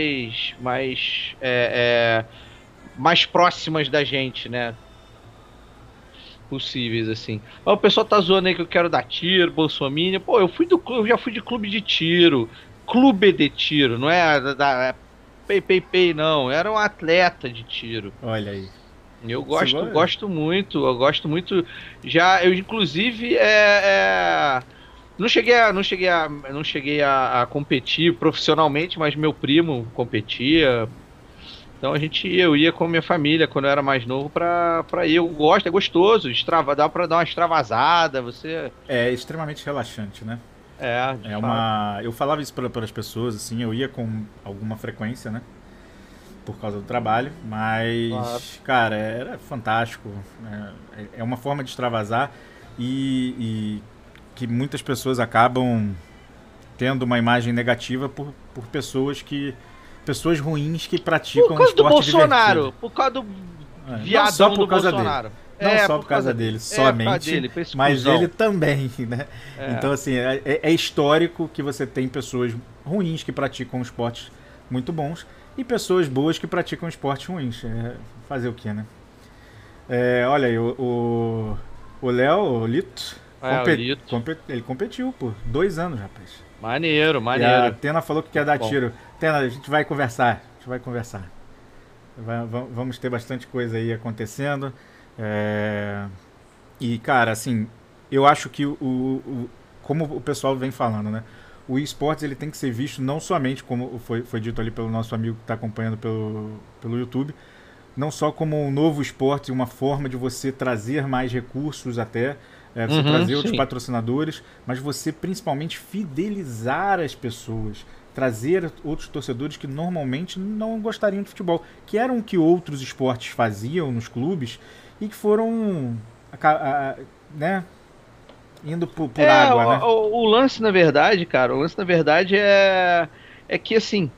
mais próximas da gente, né? Possíveis, assim. O pessoal tá zoando aí que eu quero dar tiro, bolsominion. Pô, eu já fui de clube de tiro. Clube de tiro, não é pay, não. Era um atleta de tiro. Olha aí. Eu gosto muito. Eu inclusive não cheguei a competir profissionalmente, mas meu primo competia. Então eu ia com a minha família quando eu era mais novo pra ir. Eu gosto, é gostoso, dá pra dar uma extravasada, você. É extremamente relaxante, né? É, de É fato. uma. Eu falava isso para as pessoas, assim, eu ia com alguma frequência, né? Por causa do trabalho, Claro. mas, cara, era fantástico. É uma forma de extravasar e que muitas pessoas acabam tendo uma imagem negativa por pessoas ruins que Por praticam um causa do esporte divertido. Bolsonaro, por causa do Não só viadão por do causa dele. Bolsonaro. Não É, só por por causa causa dele, dele. É, por causa somente, dele, por esse mas ele cuzão. também, né? É. Então, assim, é histórico que você tem pessoas ruins que praticam esportes muito bons e pessoas boas que praticam esportes ruins. Fazer o quê, né? Olha aí, o Léo, o Lito, É, o Lito. ele competiu por 2 anos, rapaz. Maneiro, E a maneiro. Tena falou que quer Muito dar bom. tiro. Tena, a gente vai conversar. A gente vai conversar. Vamos ter bastante coisa aí acontecendo. É, E, cara, assim, eu acho que como o pessoal vem falando, né? O esportes ele tem que ser visto não somente, como foi dito ali pelo nosso amigo que está acompanhando pelo YouTube, não só como um novo esporte, uma forma de você trazer mais recursos até, você Uhum, trazer outros sim. patrocinadores, mas você principalmente fidelizar as pessoas, trazer outros torcedores que normalmente não gostariam de futebol, que eram o que outros esportes faziam nos clubes e que foram, né, indo por É, água, né? o lance, na verdade, cara, o lance, na verdade, é que, assim,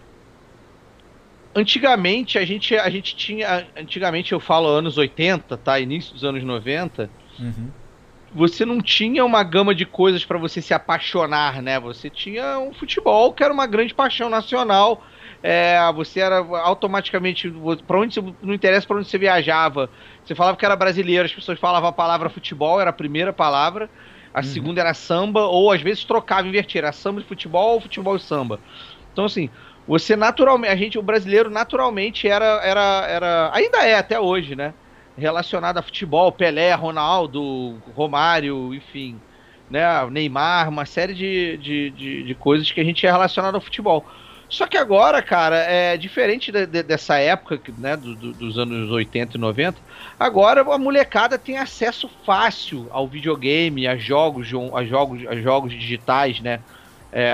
antigamente a gente tinha. Antigamente eu falo anos 80, tá? Início dos anos 90. Uhum, Você não tinha uma gama de coisas pra você se apaixonar, né? Você tinha um futebol que era uma grande paixão nacional. Você era automaticamente para onde não interessa para onde você viajava. Você falava que era brasileiro, as pessoas falavam a palavra futebol, era a primeira palavra. A uhum, segunda era samba, ou às vezes trocava, invertia, era samba e futebol ou futebol e samba. Então, assim, você naturalmente, o brasileiro naturalmente ainda é até hoje, né? Relacionado a futebol, Pelé, Ronaldo, Romário, enfim, né? Neymar, uma série de coisas que a gente é relacionado ao futebol. Só que agora, cara, é diferente dessa época, né, dos anos 80 e 90. Agora a molecada tem acesso fácil ao videogame, a jogos digitais, né? É,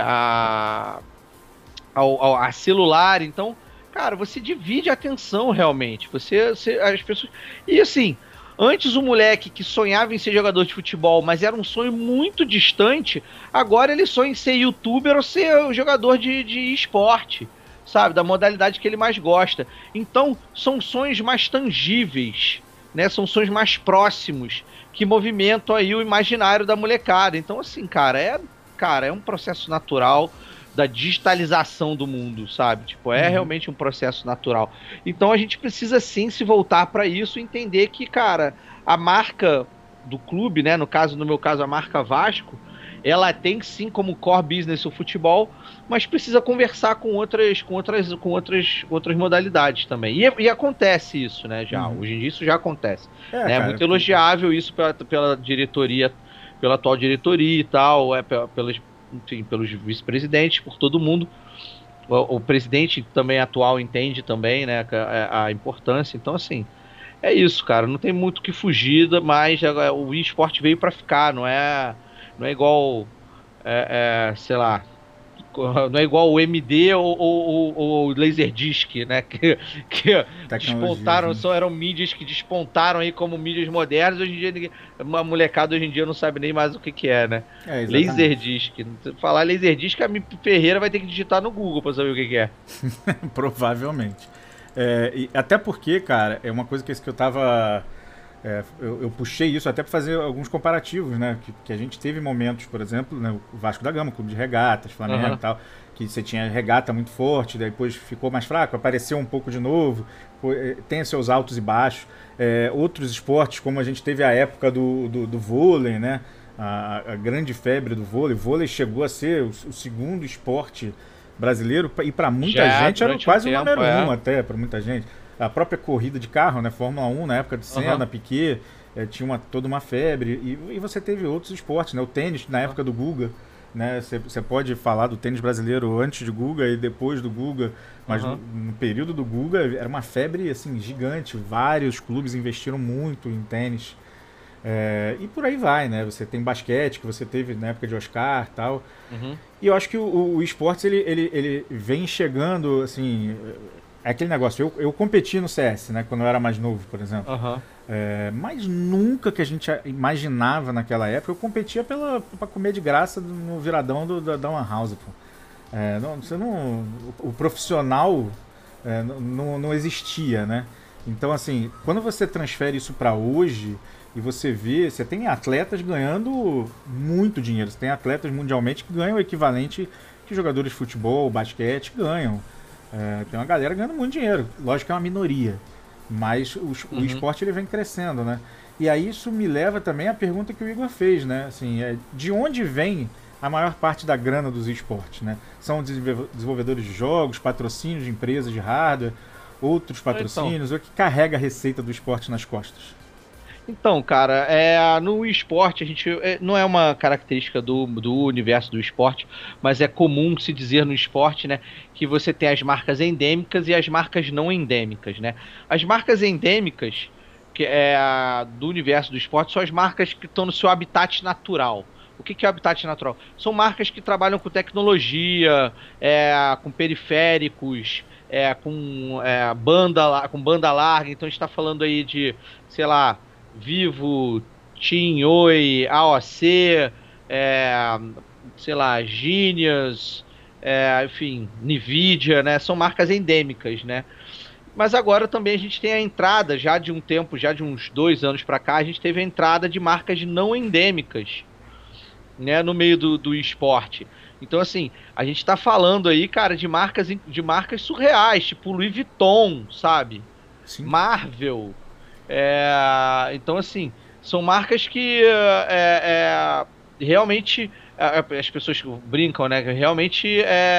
a celular. Então, cara, você divide a atenção realmente. As pessoas. E assim, antes o moleque que sonhava em ser jogador de futebol, mas era um sonho muito distante, agora ele sonha em ser youtuber ou ser jogador de esporte, sabe? Da modalidade que ele mais gosta. Então, são sonhos mais tangíveis, né? São sonhos mais próximos que movimentam aí o imaginário da molecada. Então, assim, cara, é um processo natural da digitalização do mundo, sabe? Tipo, é uhum. realmente um processo natural. Então a gente precisa sim se voltar para isso e entender que, cara, a marca do clube, né, no meu caso a marca Vasco, ela tem sim como core business o futebol, mas precisa conversar com outras modalidades também. E acontece isso, né, já. Uhum. Hoje em dia isso já acontece, né? É Cara, muito elogiável isso pela diretoria, pela atual diretoria e tal, pelas, enfim, pelos vice-presidentes, por todo mundo. O presidente também atual entende também, né, a importância. Então, assim, é isso, cara. Não tem muito o que fugir, mas o esporte veio para ficar. Não é igual, sei lá, não é igual o MD ou o Laserdisc, né? Que tecnologias, despontaram, né? eram mídias que despontaram aí como mídias modernas. Hoje em dia, uma molecada hoje em dia não sabe nem mais o que é, né? Exatamente. Laserdisc. Falar Laserdisc, a Mi Ferreira vai ter que digitar no Google pra saber o que é. Provavelmente. E até porque, cara, é uma coisa que eu tava. Eu puxei isso até para fazer alguns comparativos, né? Que a gente teve momentos, por exemplo, né, o Vasco da Gama, Clube de Regatas, Flamengo e Aham. tal, que você tinha regata muito forte, depois ficou mais fraco, apareceu um pouco de novo, tem seus altos e baixos. Outros esportes, como a gente teve a época do vôlei, né? A grande febre do vôlei. O vôlei chegou a ser o segundo esporte brasileiro e para muita Já gente era durante um quase o tempo, número um até, para muita gente. A própria corrida de carro, né, Fórmula 1 na época de Aham. Senna, Piquet, tinha toda uma febre e você teve outros esportes, né, o tênis na época do Guga, né? Você pode falar do tênis brasileiro antes de Guga e depois do Guga, mas no período do Guga era uma febre assim gigante. Vários clubes investiram muito em tênis. E por aí vai, né? Você tem basquete, que você teve na época de Oscar e tal. E eu acho que o esportes, ele vem chegando, assim... É aquele negócio, eu competi no CS, né? Quando eu era mais novo, por exemplo. Mas nunca que a gente imaginava naquela época, eu competia pra comer de graça no viradão da Lan House, pô. O profissional não existia, né? Então, assim, quando você transfere isso para hoje e você tem atletas ganhando muito dinheiro. Você tem atletas mundialmente que ganham o equivalente que jogadores de futebol, basquete ganham. Tem uma galera ganhando muito dinheiro. Lógico que é uma minoria, mas o esporte ele vem crescendo, né? E aí isso me leva também à pergunta que o Igor fez, né? Assim, de onde vem a maior parte da grana dos esportes, né? São desenvolvedores de jogos, patrocínios de empresas de hardware, outros patrocínios, o que carrega a receita do esporte nas costas? Então, cara, no esporte a gente não é uma característica do universo do esporte, mas é comum se dizer no esporte, né, que você tem as marcas endêmicas e as marcas não endêmicas, né? As marcas endêmicas que do universo do esporte são as marcas que estão no seu habitat natural. O que é o habitat natural? São marcas que trabalham com tecnologia, com periféricos, com banda larga. Então a gente está falando aí de, sei lá, Vivo, TIM, Oi, AOC, sei lá, Genius, enfim, Nvidia, né? São marcas endêmicas, né? Mas agora também a gente tem a entrada, já de um tempo, já de uns 2 anos para cá, a gente teve a entrada de marcas não endêmicas, né, no meio do esporte. Então, assim, a gente tá falando aí, cara, de marcas surreais, tipo Louis Vuitton, sabe? Sim. Marvel. Então, assim, são marcas que realmente as pessoas brincam, né? Realmente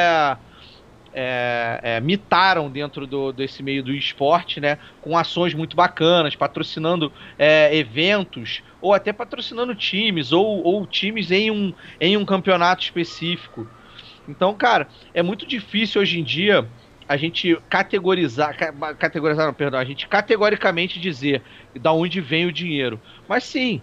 mitaram dentro desse meio do esporte, né? Com ações muito bacanas, patrocinando eventos, ou até patrocinando times, ou times em um campeonato específico. Então, cara, é muito difícil hoje em dia a gente categorizar, não, perdão, a gente categoricamente dizer da onde vem o dinheiro. Mas sim,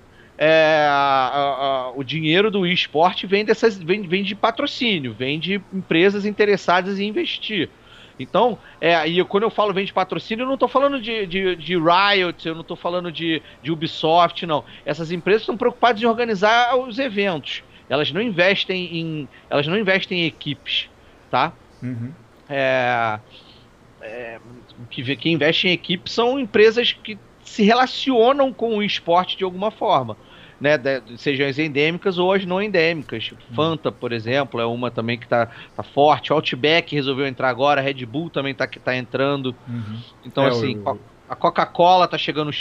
o dinheiro do esporte vem de patrocínio, vem de empresas interessadas em investir. Então, e quando eu falo vem de patrocínio, eu não estou falando de Riot, eu não estou falando de Ubisoft, não. Essas empresas estão preocupadas em organizar os eventos. Elas não investem em equipes, tá? Quem investe em equipes são empresas que se relacionam com o esporte de alguma forma, né? Sejam as endêmicas ou as não endêmicas. Fanta, por exemplo, é uma também que tá forte. Outback resolveu entrar agora, a Red Bull também tá entrando. Então, assim, a Coca-Cola tá chegando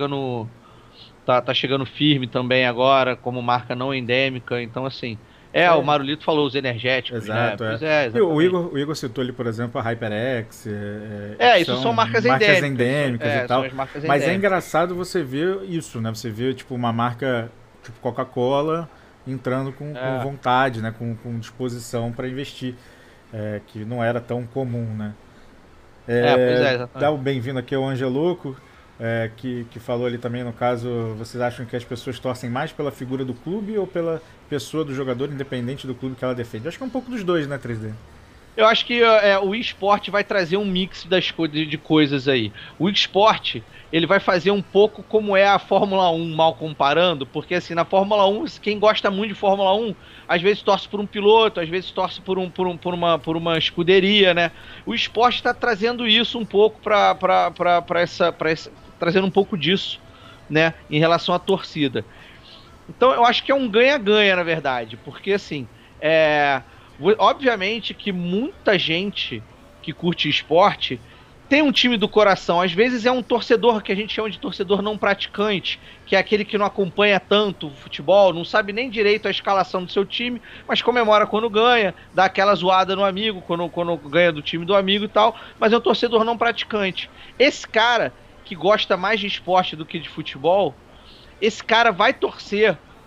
firme também agora, como marca não endêmica. Então, assim, o Marulito falou os energéticos, exato, né? E o Igor citou ali, por exemplo, a HyperX. Isso são marcas endêmicas e tal. Mas é engraçado você ver isso, né? Você vê, tipo, uma marca tipo Coca-Cola entrando com vontade, né? Com disposição para investir. Que não era tão comum, né? Dá o bem-vindo aqui ao Angeloco. Que falou ali também, no caso, vocês acham que as pessoas torcem mais pela figura do clube ou pela pessoa do jogador, independente do clube que ela defende? Acho que é um pouco dos dois, né, 3D? Eu acho que o esporte vai trazer um mix de coisas aí. O esporte, ele vai fazer um pouco como é a Fórmula 1, mal comparando, porque assim, na Fórmula 1, quem gosta muito de Fórmula 1, às vezes torce por um piloto, às vezes torce por uma escuderia, né? O esporte está trazendo isso um pouco trazendo um pouco disso, né, em relação à torcida. Então eu acho que é um ganha-ganha, na verdade, porque assim, obviamente que muita gente que curte esporte tem um time do coração. Às vezes é um torcedor que a gente chama de torcedor não praticante, que é aquele que não acompanha tanto o futebol, não sabe nem direito a escalação do seu time, mas comemora quando ganha, dá aquela zoada no amigo, quando ganha do time do amigo e tal, mas é um torcedor não praticante. Esse cara que gosta mais de esporte do que de futebol, esse cara vai torcer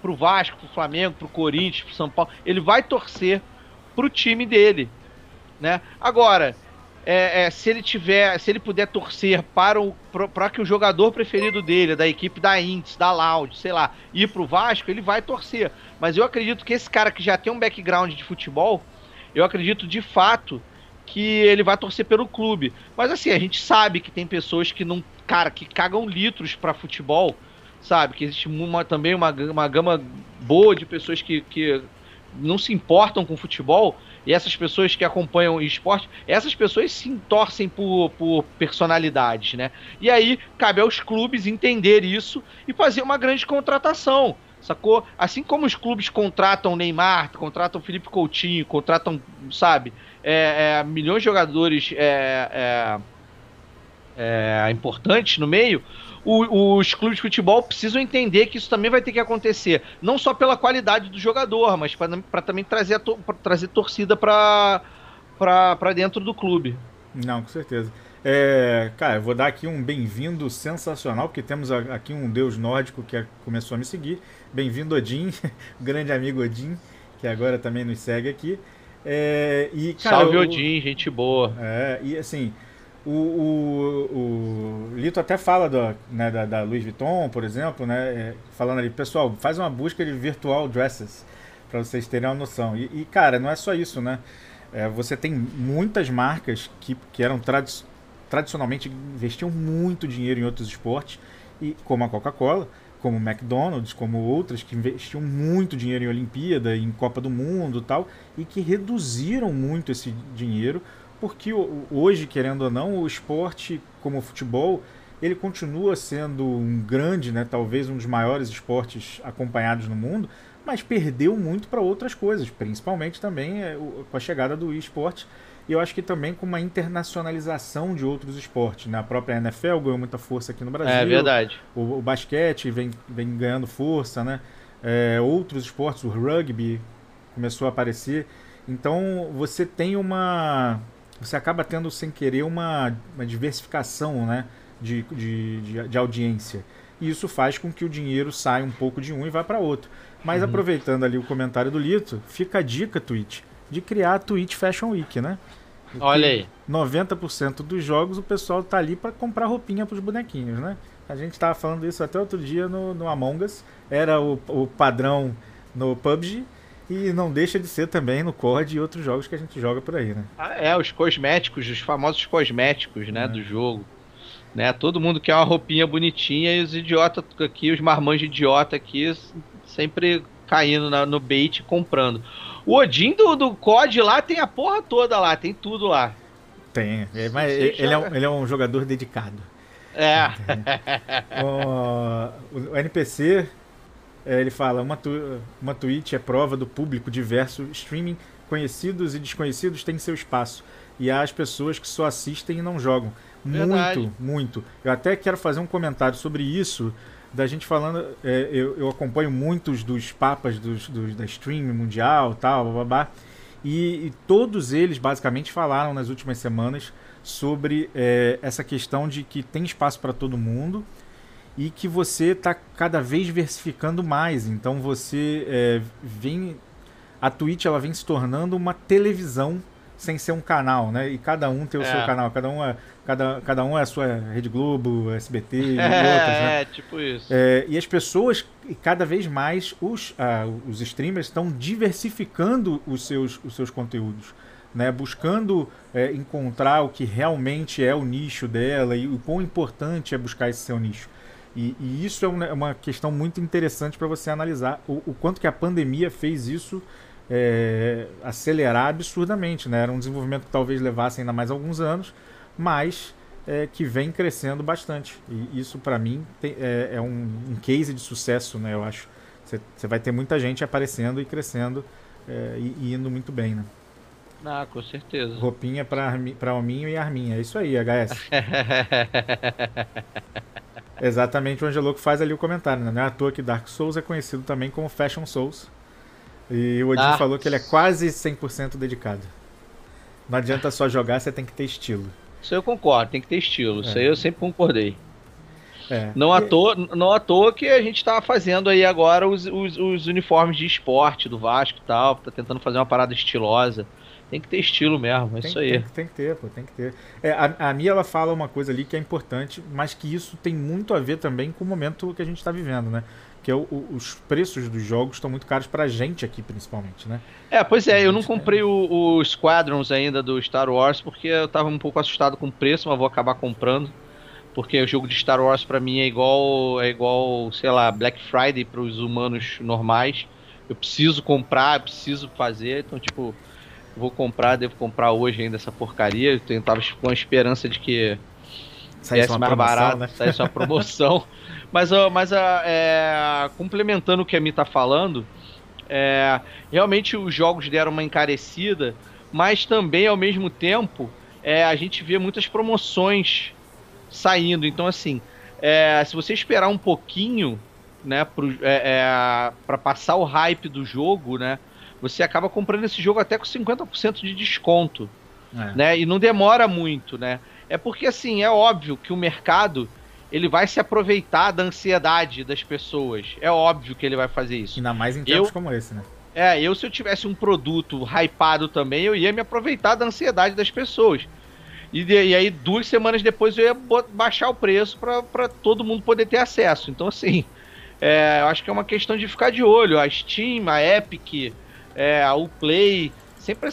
pro Vasco, pro Flamengo, pro Corinthians, pro São Paulo, ele vai torcer pro time dele, né? Agora, se ele puder torcer para que o jogador preferido dele, da equipe da Inter, da Loud, sei lá, ir pro Vasco, ele vai torcer. Mas eu acredito que esse cara que já tem um background de futebol, eu acredito de fato que ele vai torcer pelo clube. Mas assim, a gente sabe que tem pessoas que não, cara, que cagam litros pra futebol, sabe? Que existe também uma gama boa de pessoas que não se importam com futebol, e essas pessoas que acompanham o esporte, essas pessoas sim torcem por personalidades, né? E aí cabe aos clubes entender isso e fazer uma grande contratação, sacou? Assim como os clubes contratam Neymar, contratam Felipe Coutinho, contratam, sabe, milhões de jogadores importantes no meio, os clubes de futebol precisam entender que isso também vai ter que acontecer, não só pela qualidade do jogador, mas para também trazer torcida para dentro do clube. Não, com certeza. Cara, eu vou dar aqui um bem-vindo sensacional, porque temos aqui um deus nórdico que começou a me seguir. Bem-vindo, Odin, grande amigo Odin, que agora também nos segue aqui. Cara, salve, Odin, gente boa. E assim, o Lito até fala da Louis Vuitton, por exemplo, né? Falando ali, pessoal, faz uma busca de virtual dresses, para vocês terem uma noção. Cara, não é só isso, né? Você tem muitas marcas que eram tradicionalmente investiam muito dinheiro em outros esportes, e como a Coca-Cola, como o McDonald's, como outras que investiam muito dinheiro em Olimpíada, em Copa do Mundo e tal, e que reduziram muito esse dinheiro, porque hoje, querendo ou não, o esporte como o futebol, ele continua sendo um grande, né, talvez um dos maiores esportes acompanhados no mundo, mas perdeu muito para outras coisas, principalmente também com a chegada do esporte, e eu acho que também com uma internacionalização de outros esportes, né? A própria NFL ganhou muita força aqui no Brasil. É verdade. O basquete vem ganhando força, né? Outros esportes, o rugby começou a aparecer. Então você tem você acaba tendo sem querer uma diversificação, né? de audiência. E isso faz com que o dinheiro saia um pouco de um e vá para outro. Mas aproveitando ali o comentário do Lito, fica a dica, Twitch, de criar a Twitch Fashion Week, né? Porque olha aí. 90% dos jogos o pessoal tá ali para comprar roupinha pros bonequinhos, né? A gente tava falando isso até outro dia no Among Us. Era o padrão no PUBG e não deixa de ser também no COD e outros jogos que a gente joga por aí, né? Os cosméticos, os famosos cosméticos, né, do jogo. Né? Todo mundo quer uma roupinha bonitinha e os idiotas aqui, os marmanjos idiota aqui, sempre caindo no bait e comprando. O Odin do COD lá tem a porra toda lá, tem tudo lá. Tem, mas ele é um jogador dedicado. O NPC, ele fala, uma Twitch é prova do público diverso, streaming, conhecidos e desconhecidos têm seu espaço. E há as pessoas que só assistem e não jogam. Verdade. Muito, muito. Eu até quero fazer um comentário sobre isso, da gente falando, eu acompanho muitos dos papas da stream mundial, tal, bababá, e todos eles basicamente falaram nas últimas semanas sobre essa questão de que tem espaço para todo mundo e que você está cada vez diversificando mais. Então você a Twitch ela vem se tornando uma televisão sem ser um canal, né? E cada um tem o seu canal, cada um é a sua Rede Globo, SBT e outras, né? Tipo isso. E as pessoas, cada vez mais, os streamers estão diversificando os seus conteúdos, né? Buscando encontrar o que realmente é o nicho dela e o quão importante é buscar esse seu nicho. E isso é uma questão muito interessante para você analisar o quanto que a pandemia fez isso acelerar absurdamente, né? Era um desenvolvimento que talvez levasse ainda mais alguns anos, mas que vem crescendo bastante. E isso, para mim, é um case de sucesso, né? Eu acho. Você vai ter muita gente aparecendo e crescendo e indo muito bem, né? Ah, com certeza. Roupinha para hominho e arminha. É isso aí, HS. Exatamente o Angeloco faz ali o comentário, né? Não é à toa que Dark Souls é conhecido também como Fashion Souls. E o Odin falou que ele é quase 100% dedicado. Não adianta só jogar, você tem que ter estilo. Isso eu concordo, tem que ter estilo. Isso aí eu sempre concordei. É. Não à toa que a gente tá fazendo aí agora os uniformes de esporte do Vasco e tal, tá tentando fazer uma parada estilosa. Tem que ter estilo mesmo, é Tem, isso tem, aí. tem que ter, pô, tem que ter. A Mia, ela fala uma coisa ali que é importante, mas que isso tem muito a ver também com o momento que a gente está vivendo, né? Que é os preços dos jogos estão muito caros pra gente aqui, principalmente, né? Pois A é, eu não gente tem. comprei o Squadrons ainda do Star Wars porque eu tava um pouco assustado com o preço, mas vou acabar comprando. Porque o jogo de Star Wars pra mim é igual, sei lá, Black Friday para os humanos normais. Eu preciso comprar, eu preciso fazer, então tipo, vou comprar, devo comprar hoje ainda essa porcaria. Tava com a esperança de que Saísse viesse uma mais promoção, barato, né? saísse uma promoção. Complementando o que a Mi tá falando, realmente os jogos deram uma encarecida, mas também ao mesmo tempo a gente vê muitas promoções saindo. Então, assim, se você esperar um pouquinho, né, para passar o hype do jogo, né, você acaba comprando esse jogo até com 50% de desconto, É. né, e não demora muito, né. É porque, assim, é óbvio que o mercado ele vai se aproveitar da ansiedade das pessoas. É óbvio que ele vai fazer isso. Ainda mais em tempos Eu, como esse, né? se eu tivesse um produto hypado também, eu ia me aproveitar da ansiedade das pessoas. E aí, 2 semanas depois, eu ia baixar o preço para todo mundo poder ter acesso. Então, assim, eu acho que é uma questão de ficar de olho. A Steam, a Epic, a Uplay, sempre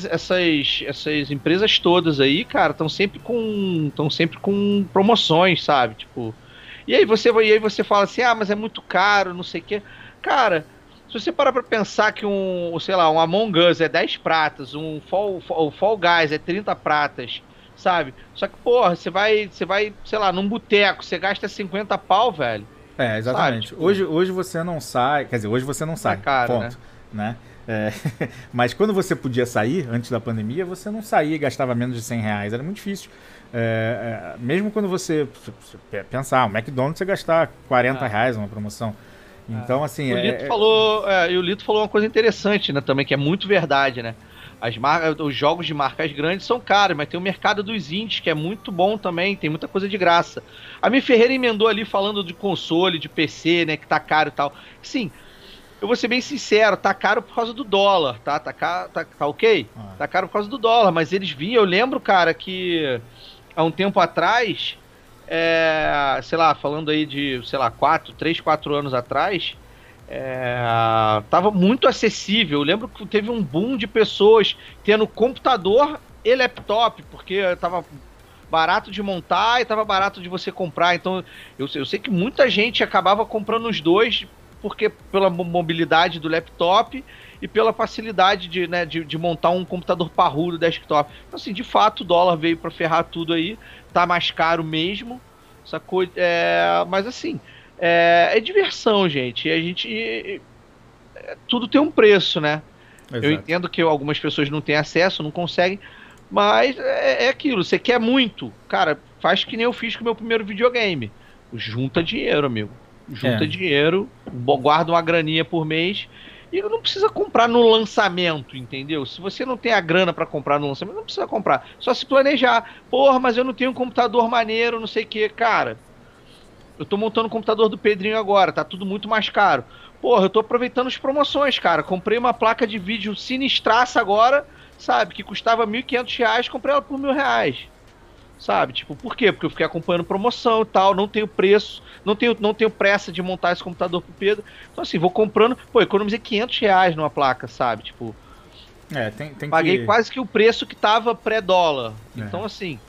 essas empresas todas aí, cara, estão sempre com promoções, sabe? Tipo, e aí você fala assim, ah, mas é muito caro, não sei o quê. Cara, se você parar pra pensar que sei lá, um Among Us é 10 pratas, o Fall Guys é 30 pratas, sabe? Só que, porra, você vai, sei lá, num boteco, você gasta 50 pau, velho, É, sabe? exatamente. Tipo, Hoje você não sai, quer dizer, hoje você não tá sai, caro, né? ponto, né? É, mas quando você podia sair, antes da pandemia, você não saía e gastava menos de 100 reais, era muito difícil. Mesmo quando você pensar, o McDonald's você gastar 40 Ah, reais uma promoção. ah. Então, assim, E o Lito falou uma coisa interessante, né, também, que é muito verdade, né? Os jogos de marcas grandes são caros, mas tem o mercado dos indies, que é muito bom também, tem muita coisa de graça. A Mi Ferreira emendou ali falando de console, de PC, né, que tá caro e tal. Sim, eu vou ser bem sincero, tá caro por causa do dólar, tá? Tá ok? ah, Tá caro por causa do dólar, mas eles vinham, eu lembro, cara, que há um tempo atrás, sei lá, falando aí de, sei lá, 3, 4 anos atrás, tava muito acessível. Eu lembro que teve um boom de pessoas tendo computador e laptop, porque tava barato de montar e tava barato de você comprar. Então, eu sei que muita gente acabava comprando os dois, porque pela mobilidade do laptop e pela facilidade de, né, de montar um computador parrudo desktop. Então, assim, de fato, o dólar veio para ferrar tudo aí. Tá mais caro mesmo, sacou? Mas, assim, é diversão, gente. E a gente... tudo tem um preço, né? Eu exato. entendo que algumas pessoas não têm acesso, não conseguem, mas é aquilo. Você quer muito, cara, faz que nem eu fiz com o meu primeiro videogame. Junta dinheiro, amigo. É, Junta dinheiro, guarda uma graninha por mês e não precisa comprar no lançamento, entendeu? Se você não tem a grana pra comprar no lançamento, não precisa comprar. Só se planejar. Porra, mas eu não tenho um computador maneiro, não sei o que, cara. Eu tô montando o computador do Pedrinho agora, tá tudo muito mais caro. Porra, eu tô aproveitando as promoções, cara. Comprei uma placa de vídeo sinistraça agora, sabe? Que custava R$ 1.500, comprei ela por R$ 1.000. Sabe? Tipo, por quê? Porque eu fiquei acompanhando promoção e tal, não tenho preço, não tenho pressa de montar esse computador pro Pedro. Então, assim, vou comprando, pô, economizei R$ 500 numa placa, sabe? Tipo, tem paguei que. quase que o preço que tava pré-dólar. É, Então, assim,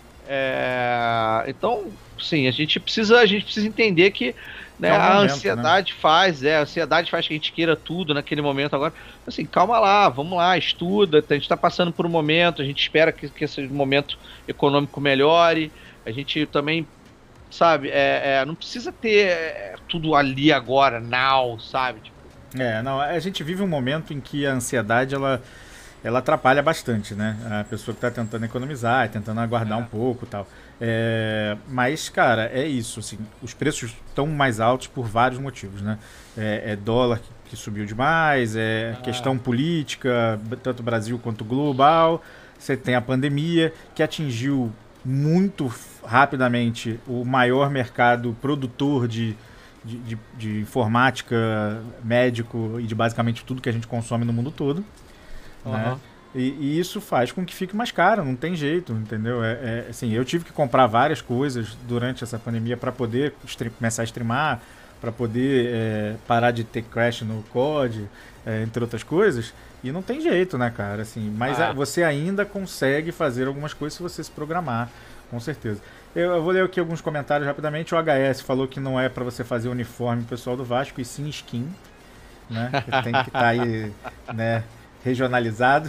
então, sim, a gente precisa entender que, que né, é um a momento, né? ansiedade faz que a gente queira tudo naquele momento agora. Assim, calma lá, vamos lá, estuda. A gente está passando por um momento, a gente espera que esse momento econômico melhore. A gente também, sabe, não precisa ter tudo ali agora, now, sabe? Tipo, Não, a gente vive um momento em que a ansiedade ela atrapalha bastante, né? A pessoa que está tentando economizar, tentando aguardar um é, pouco e tal. Mas, cara, é isso. Assim, os preços estão mais altos por vários motivos, né? Dólar que subiu demais, questão política, tanto Brasil quanto global. Você tem a pandemia que atingiu muito rapidamente o maior mercado produtor de informática, médico e de basicamente tudo que a gente consome no mundo todo. Né? E isso faz com que fique mais caro, não tem jeito, entendeu? Assim, eu tive que comprar várias coisas durante essa pandemia para poder começar a streamar, para poder parar de ter crash no COD, entre outras coisas. E não tem jeito, né, cara? Assim, mas você ainda consegue fazer algumas coisas se você se programar, com certeza. Eu vou ler aqui alguns comentários rapidamente. O HS falou que não é para você fazer uniforme pessoal do Vasco, e sim skin, né? Tem que estar aí, né, regionalizado.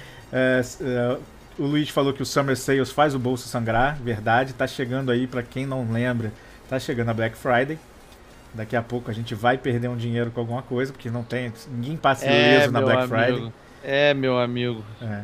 O Luiz falou que o Summer Sales faz o bolso sangrar, verdade. Tá chegando aí, para quem não lembra, tá chegando a Black Friday. Daqui a pouco a gente vai perder um dinheiro com alguma coisa, porque não tem, ninguém passa ileso na Black Friday. Meu amigo.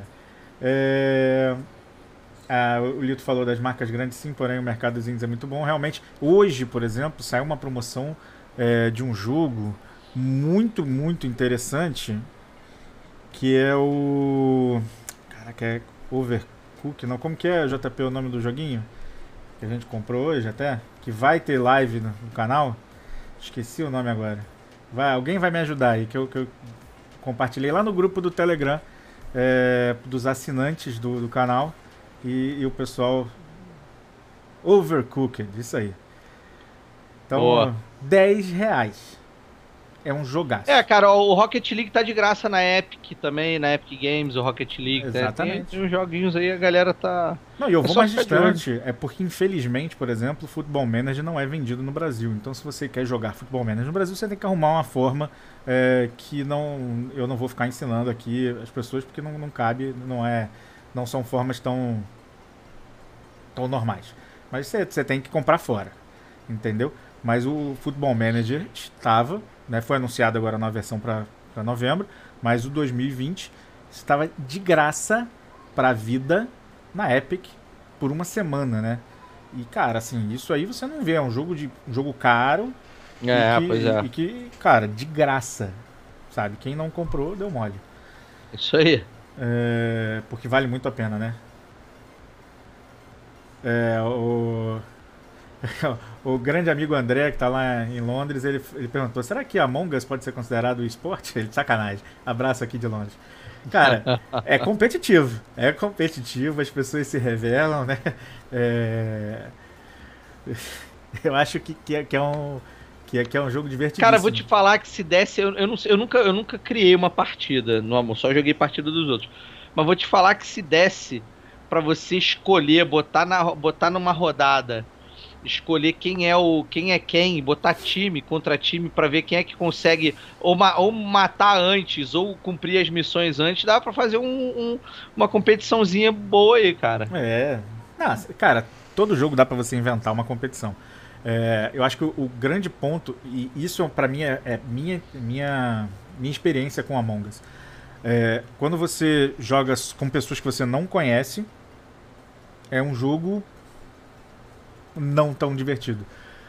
O Lito falou das marcas grandes, sim, porém o mercado dos indies é muito bom. Realmente, hoje, por exemplo, saiu uma promoção de um jogo muito, muito interessante, que é o... Caraca, é Overcooked, não? Como que é, JP, o nome do joguinho? Que a gente comprou hoje até, que vai ter live no canal. Esqueci o nome agora. Alguém vai me ajudar aí, que eu compartilhei lá no grupo do Telegram dos assinantes do canal e o pessoal. Overcooked, isso aí. Então, R$10. É um jogaço. Cara, o Rocket League tá de graça na Epic também, na Epic Games, o Rocket League. Exatamente. Tem uns joguinhos aí, a galera tá... Não, e eu vou mais distante. É porque, infelizmente, por exemplo, o Football Manager não é vendido no Brasil. Então, se você quer jogar Football Manager no Brasil, você tem que arrumar uma forma que eu não vou ficar ensinando aqui as pessoas, porque não cabe, não são formas tão normais. Mas você tem que comprar fora, entendeu? Mas o Football Manager estava... foi anunciado agora na versão para novembro, mas o 2020 estava de graça para vida na Epic por uma semana, né? E, cara, assim, isso aí você não vê, é um jogo caro e que, cara, de graça, sabe? Quem não comprou, deu mole. Isso aí. Porque vale muito a pena, né? O grande amigo André, que tá lá em Londres, ele perguntou: será que Among Us pode ser considerado esporte? Ele, sacanagem. Abraço aqui de Londres. Cara, é competitivo. As pessoas se revelam, né? Eu acho que é um jogo divertidíssimo. Cara, vou te falar que se desse... Eu nunca criei uma partida no Among Us, só joguei partida dos outros. Mas vou te falar que se desse pra você escolher, botar numa rodada, escolher quem é quem, botar time contra time pra ver quem é que consegue ou matar antes ou cumprir as missões antes, dá pra fazer uma competiçãozinha boa aí, cara. Cara, todo jogo dá pra você inventar uma competição. Eu acho que o grande ponto, e isso pra mim é minha experiência com Among Us, quando você joga com pessoas que você não conhece, é um jogo não tão divertido.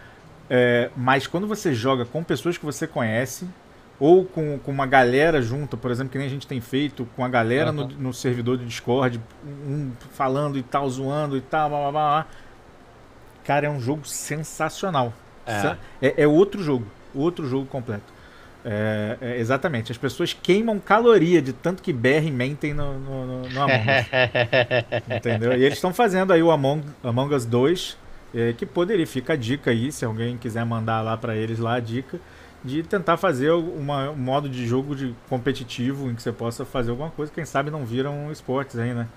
Mas quando você joga com pessoas que você conhece, ou com uma galera junto, por exemplo, que nem a gente tem feito, com a galera no servidor do Discord, falando e tal, zoando e tal, blá, blá, blá. Cara, é um jogo sensacional. É outro jogo completo. Exatamente, as pessoas queimam caloria de tanto que berra e mentem no Among Us. Entendeu? E eles estão fazendo aí o Among Us 2, que poderia, fica a dica aí, se alguém quiser mandar lá pra eles lá a dica, de tentar fazer um modo de jogo competitivo em que você possa fazer alguma coisa. Quem sabe não viram esportes aí, né?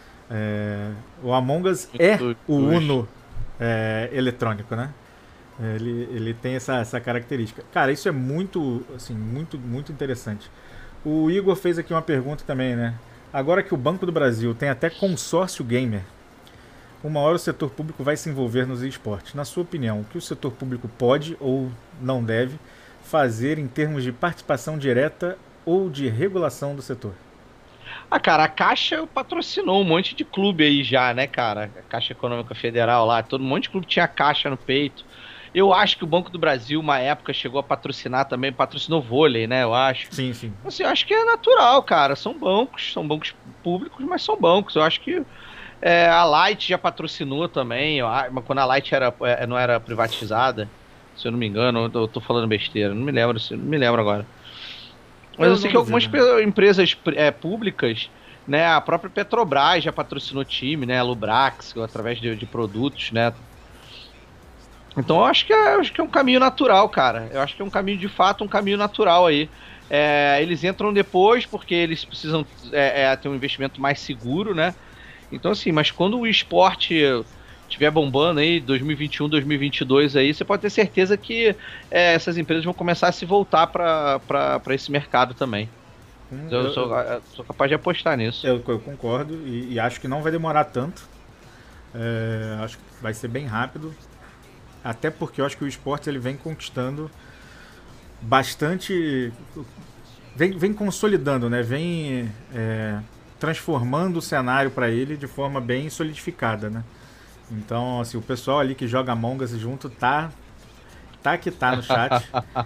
O Among Us é o Uno eletrônico, né? Ele tem essa característica. Cara, isso é muito, assim, muito interessante. O Igor fez aqui uma pergunta também, né? Agora que o Banco do Brasil tem até consórcio gamer, uma hora o setor público vai se envolver nos esportes. Na sua opinião, o que o setor público pode ou não deve fazer em termos de participação direta ou de regulação do setor? Cara, a Caixa patrocinou um monte de clube aí já, né, cara? A Caixa Econômica Federal lá, todo um monte de clube tinha Caixa no peito. Eu acho que o Banco do Brasil, uma época, chegou a patrocinar também, patrocinou vôlei, né, eu acho. Sim. Assim, eu acho que é natural, cara, são bancos públicos, mas são bancos. Eu acho que A Light já patrocinou também, mas quando a Light não era privatizada, se eu não me engano, eu tô falando besteira, não me lembro, não me lembro agora. Mas eu sei que algumas empresas públicas, né, a própria Petrobras já patrocinou time, né, a Lubrax, através de produtos, né. Então eu acho que é um caminho natural, cara. Eu acho que é um caminho, de fato, um caminho natural aí. Eles entram depois porque eles precisam ter um investimento mais seguro, né? Então, assim, mas quando o esporte estiver bombando aí, 2021, 2022 aí, você pode ter certeza que essas empresas vão começar a se voltar para esse mercado também. Eu sou capaz de apostar nisso. Eu concordo e acho que não vai demorar tanto. Acho que vai ser bem rápido. Até porque eu acho que o esporte ele vem conquistando bastante... Vem consolidando, né? Vem transformando o cenário para ele de forma bem solidificada, né? Então, assim, o pessoal ali que joga Among Us junto tá que tá no chat.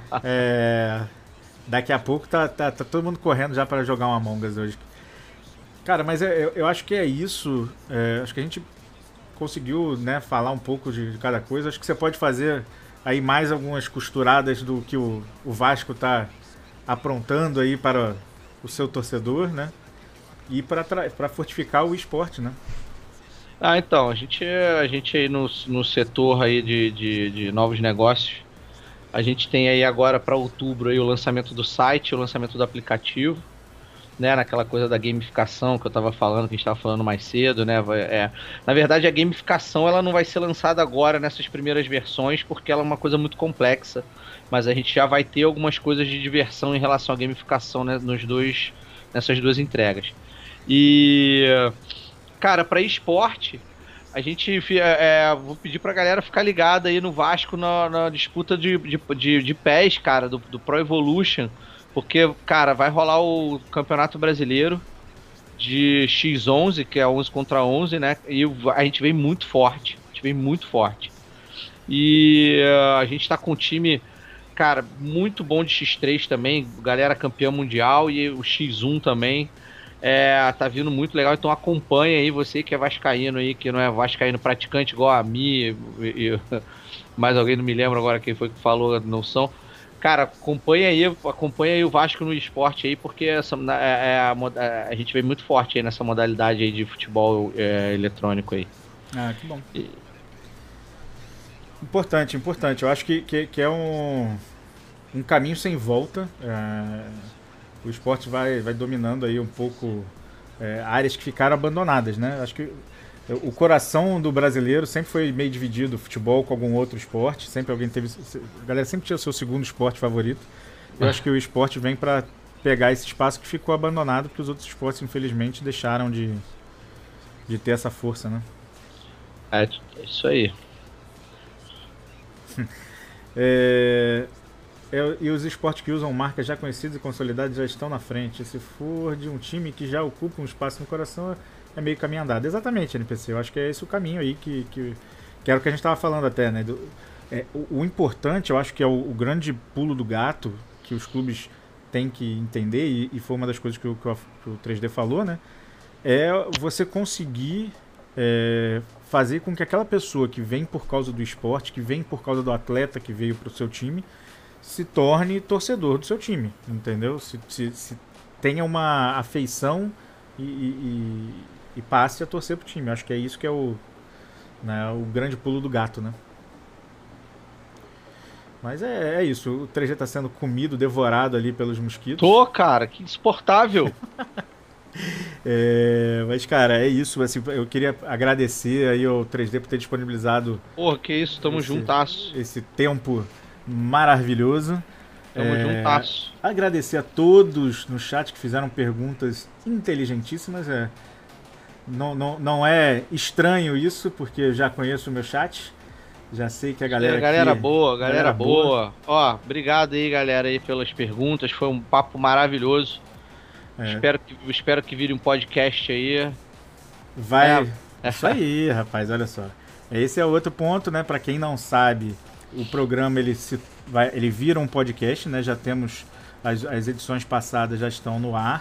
Daqui a pouco tá todo mundo correndo já para jogar um Among Us hoje. Cara, mas eu acho que é isso. Acho que a gente conseguiu, né, falar um pouco de cada coisa. Acho que você pode fazer aí mais algumas costuradas do que o Vasco tá aprontando aí para o seu torcedor, né? E para fortificar o esporte, né? Então, a gente aí no setor aí de novos negócios, a gente tem aí agora para outubro aí o lançamento do site, o lançamento do aplicativo, né, naquela coisa da gamificação que eu tava falando, que a gente tava falando mais cedo, né, na verdade a gamificação ela não vai ser lançada agora nessas primeiras versões, porque ela é uma coisa muito complexa, mas a gente já vai ter algumas coisas de diversão em relação à gamificação, né, nessas duas entregas. E, cara, para esporte, a gente vou pedir pra galera ficar ligada aí no Vasco na disputa de pés, cara, do Pro Evolution. Porque, cara, vai rolar o Campeonato Brasileiro de X11, que é 11 contra 11, né? E a gente vem muito forte. E a gente tá com um time, cara, muito bom de X3 também. Galera campeã mundial e o X1 também. Tá vindo muito legal. Então acompanha aí, você que é vascaíno aí, que não é vascaíno praticante igual a mim. Mais alguém, não me lembro agora quem foi que falou, não são. Cara, acompanha aí o Vasco no esporte aí, porque a gente vem muito forte aí nessa modalidade aí de futebol eletrônico aí. Que bom. Importante. Eu acho que é um caminho sem volta. O esporte vai dominando aí um pouco áreas que ficaram abandonadas, né? Acho que o coração do brasileiro sempre foi meio dividido, futebol com algum outro esporte. Sempre alguém teve. A galera sempre tinha o seu segundo esporte favorito. Eu acho que o esporte vem para pegar esse espaço que ficou abandonado, porque os outros esportes, infelizmente, deixaram de ter essa força, né? É isso aí. E os esportes que usam marcas já conhecidas e consolidadas já estão na frente. Se for de um time que já ocupa um espaço no coração, é meio caminho andado. Exatamente, NPC. Eu acho que é esse o caminho aí que era o que a gente estava falando até, né? O importante, eu acho que é o grande pulo do gato que os clubes têm que entender, e foi uma das coisas que o 3D falou, né? É você conseguir fazer com que aquela pessoa que vem por causa do esporte, que vem por causa do atleta que veio para o seu time, se torne torcedor do seu time, entendeu? Se tenha uma afeição e passe a torcer pro time. Acho que é isso que é o grande pulo do gato, né? Mas é isso. O 3G tá sendo comido, devorado ali pelos mosquitos. Tô, cara, que insuportável. Mas, cara, é isso. Assim, eu queria agradecer aí ao 3D por ter disponibilizado. Porra, que isso, tamo juntasso. Esse tempo maravilhoso. Tamo juntasso. Agradecer a todos no chat que fizeram perguntas inteligentíssimas. Não é estranho isso, porque eu já conheço o meu chat. Já sei que a galera aqui... Galera boa. Ó, obrigado aí, galera, aí pelas perguntas. Foi um papo maravilhoso. Espero que vire um podcast aí. Isso aí, rapaz, olha só. Esse é outro ponto, né? Pra quem não sabe, o programa ele vira um podcast, né? Já temos as edições passadas já estão no ar.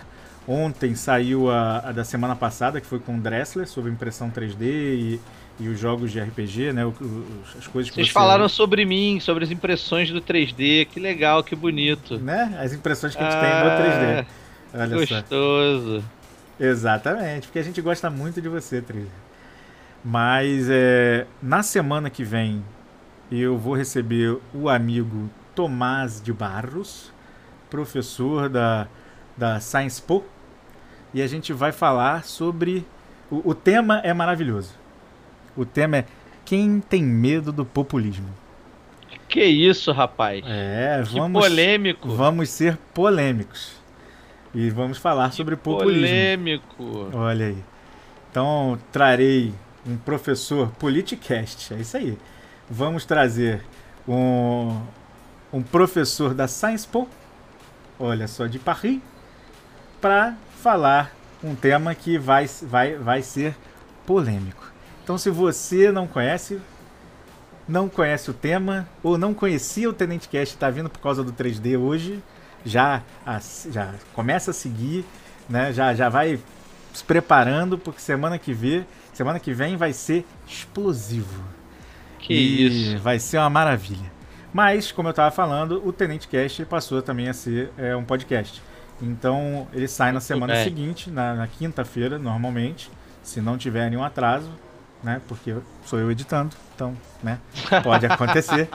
Ontem saiu a da semana passada, que foi com o Dressler, sobre impressão 3D e os jogos de RPG, né? As coisas que Vocês você... falaram sobre mim, sobre as impressões do 3D. Que legal, que bonito. Né? As impressões que a gente tem no 3D. Olha gostoso. Só. Exatamente, porque a gente gosta muito de você, 3D. Mas na semana que vem eu vou receber o amigo Tomás de Barros, professor da Science Po, e a gente vai falar sobre... O tema é maravilhoso. O tema é quem tem medo do populismo. Que isso, rapaz? Que polêmico. Vamos ser polêmicos. E vamos falar sobre populismo. Polêmico. Olha aí. Então, trarei um professor politicast, é isso aí. Vamos trazer um professor da Science Po, olha só, de Paris, para falar um tema que vai ser polêmico. Então, se você não conhece o tema, ou não conhecia o Tenente Cast, está vindo por causa do 3D hoje, já começa a seguir, né? Já vai se preparando, porque semana que vem vai ser explosivo. Isso. Vai ser uma maravilha. Mas, como eu estava falando, o Tenente Cast passou também a ser um podcast. Então, ele sai na semana seguinte, na quinta-feira, normalmente, se não tiver nenhum atraso, né? Porque sou eu editando, então, né? Pode acontecer.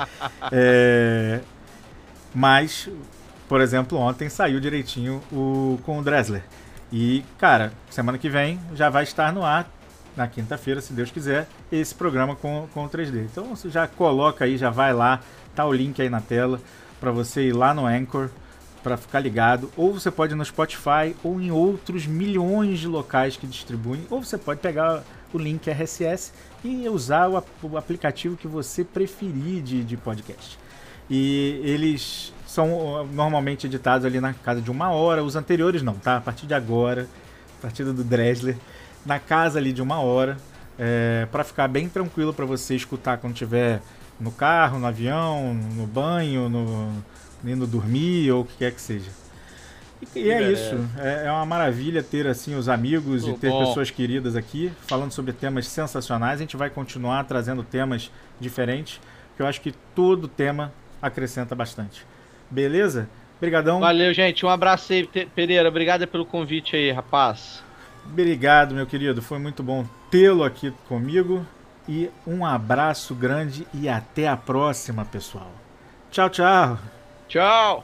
Mas, por exemplo, ontem saiu direitinho com o Dressler. E, cara, semana que vem já vai estar no ar, na quinta-feira, se Deus quiser, esse programa com o 3D. Então você já coloca aí, já vai lá, tá o link aí na tela para você ir lá no Anchor para ficar ligado, ou você pode ir no Spotify ou em outros milhões de locais que distribuem, ou você pode pegar o link RSS e usar o aplicativo que você preferir de podcast. E eles são normalmente editados ali na casa de 1 hora, os anteriores não, tá? A partir de agora, a partir do Dressler, na casa ali de 1 hora, para ficar bem tranquilo para você escutar quando estiver no carro, no avião, no banho, indo dormir ou o que quer que seja. E é isso, é uma maravilha ter assim os amigos e ter pessoas queridas aqui falando sobre temas sensacionais. A gente vai continuar trazendo temas diferentes, porque eu acho que todo tema acrescenta bastante. Beleza? Obrigadão. Valeu, gente. Um abraço aí, Pereira. Obrigado pelo convite aí, rapaz. Obrigado, meu querido. Foi muito bom tê-lo aqui comigo. E um abraço grande e até a próxima, pessoal. Tchau, tchau. Tchau.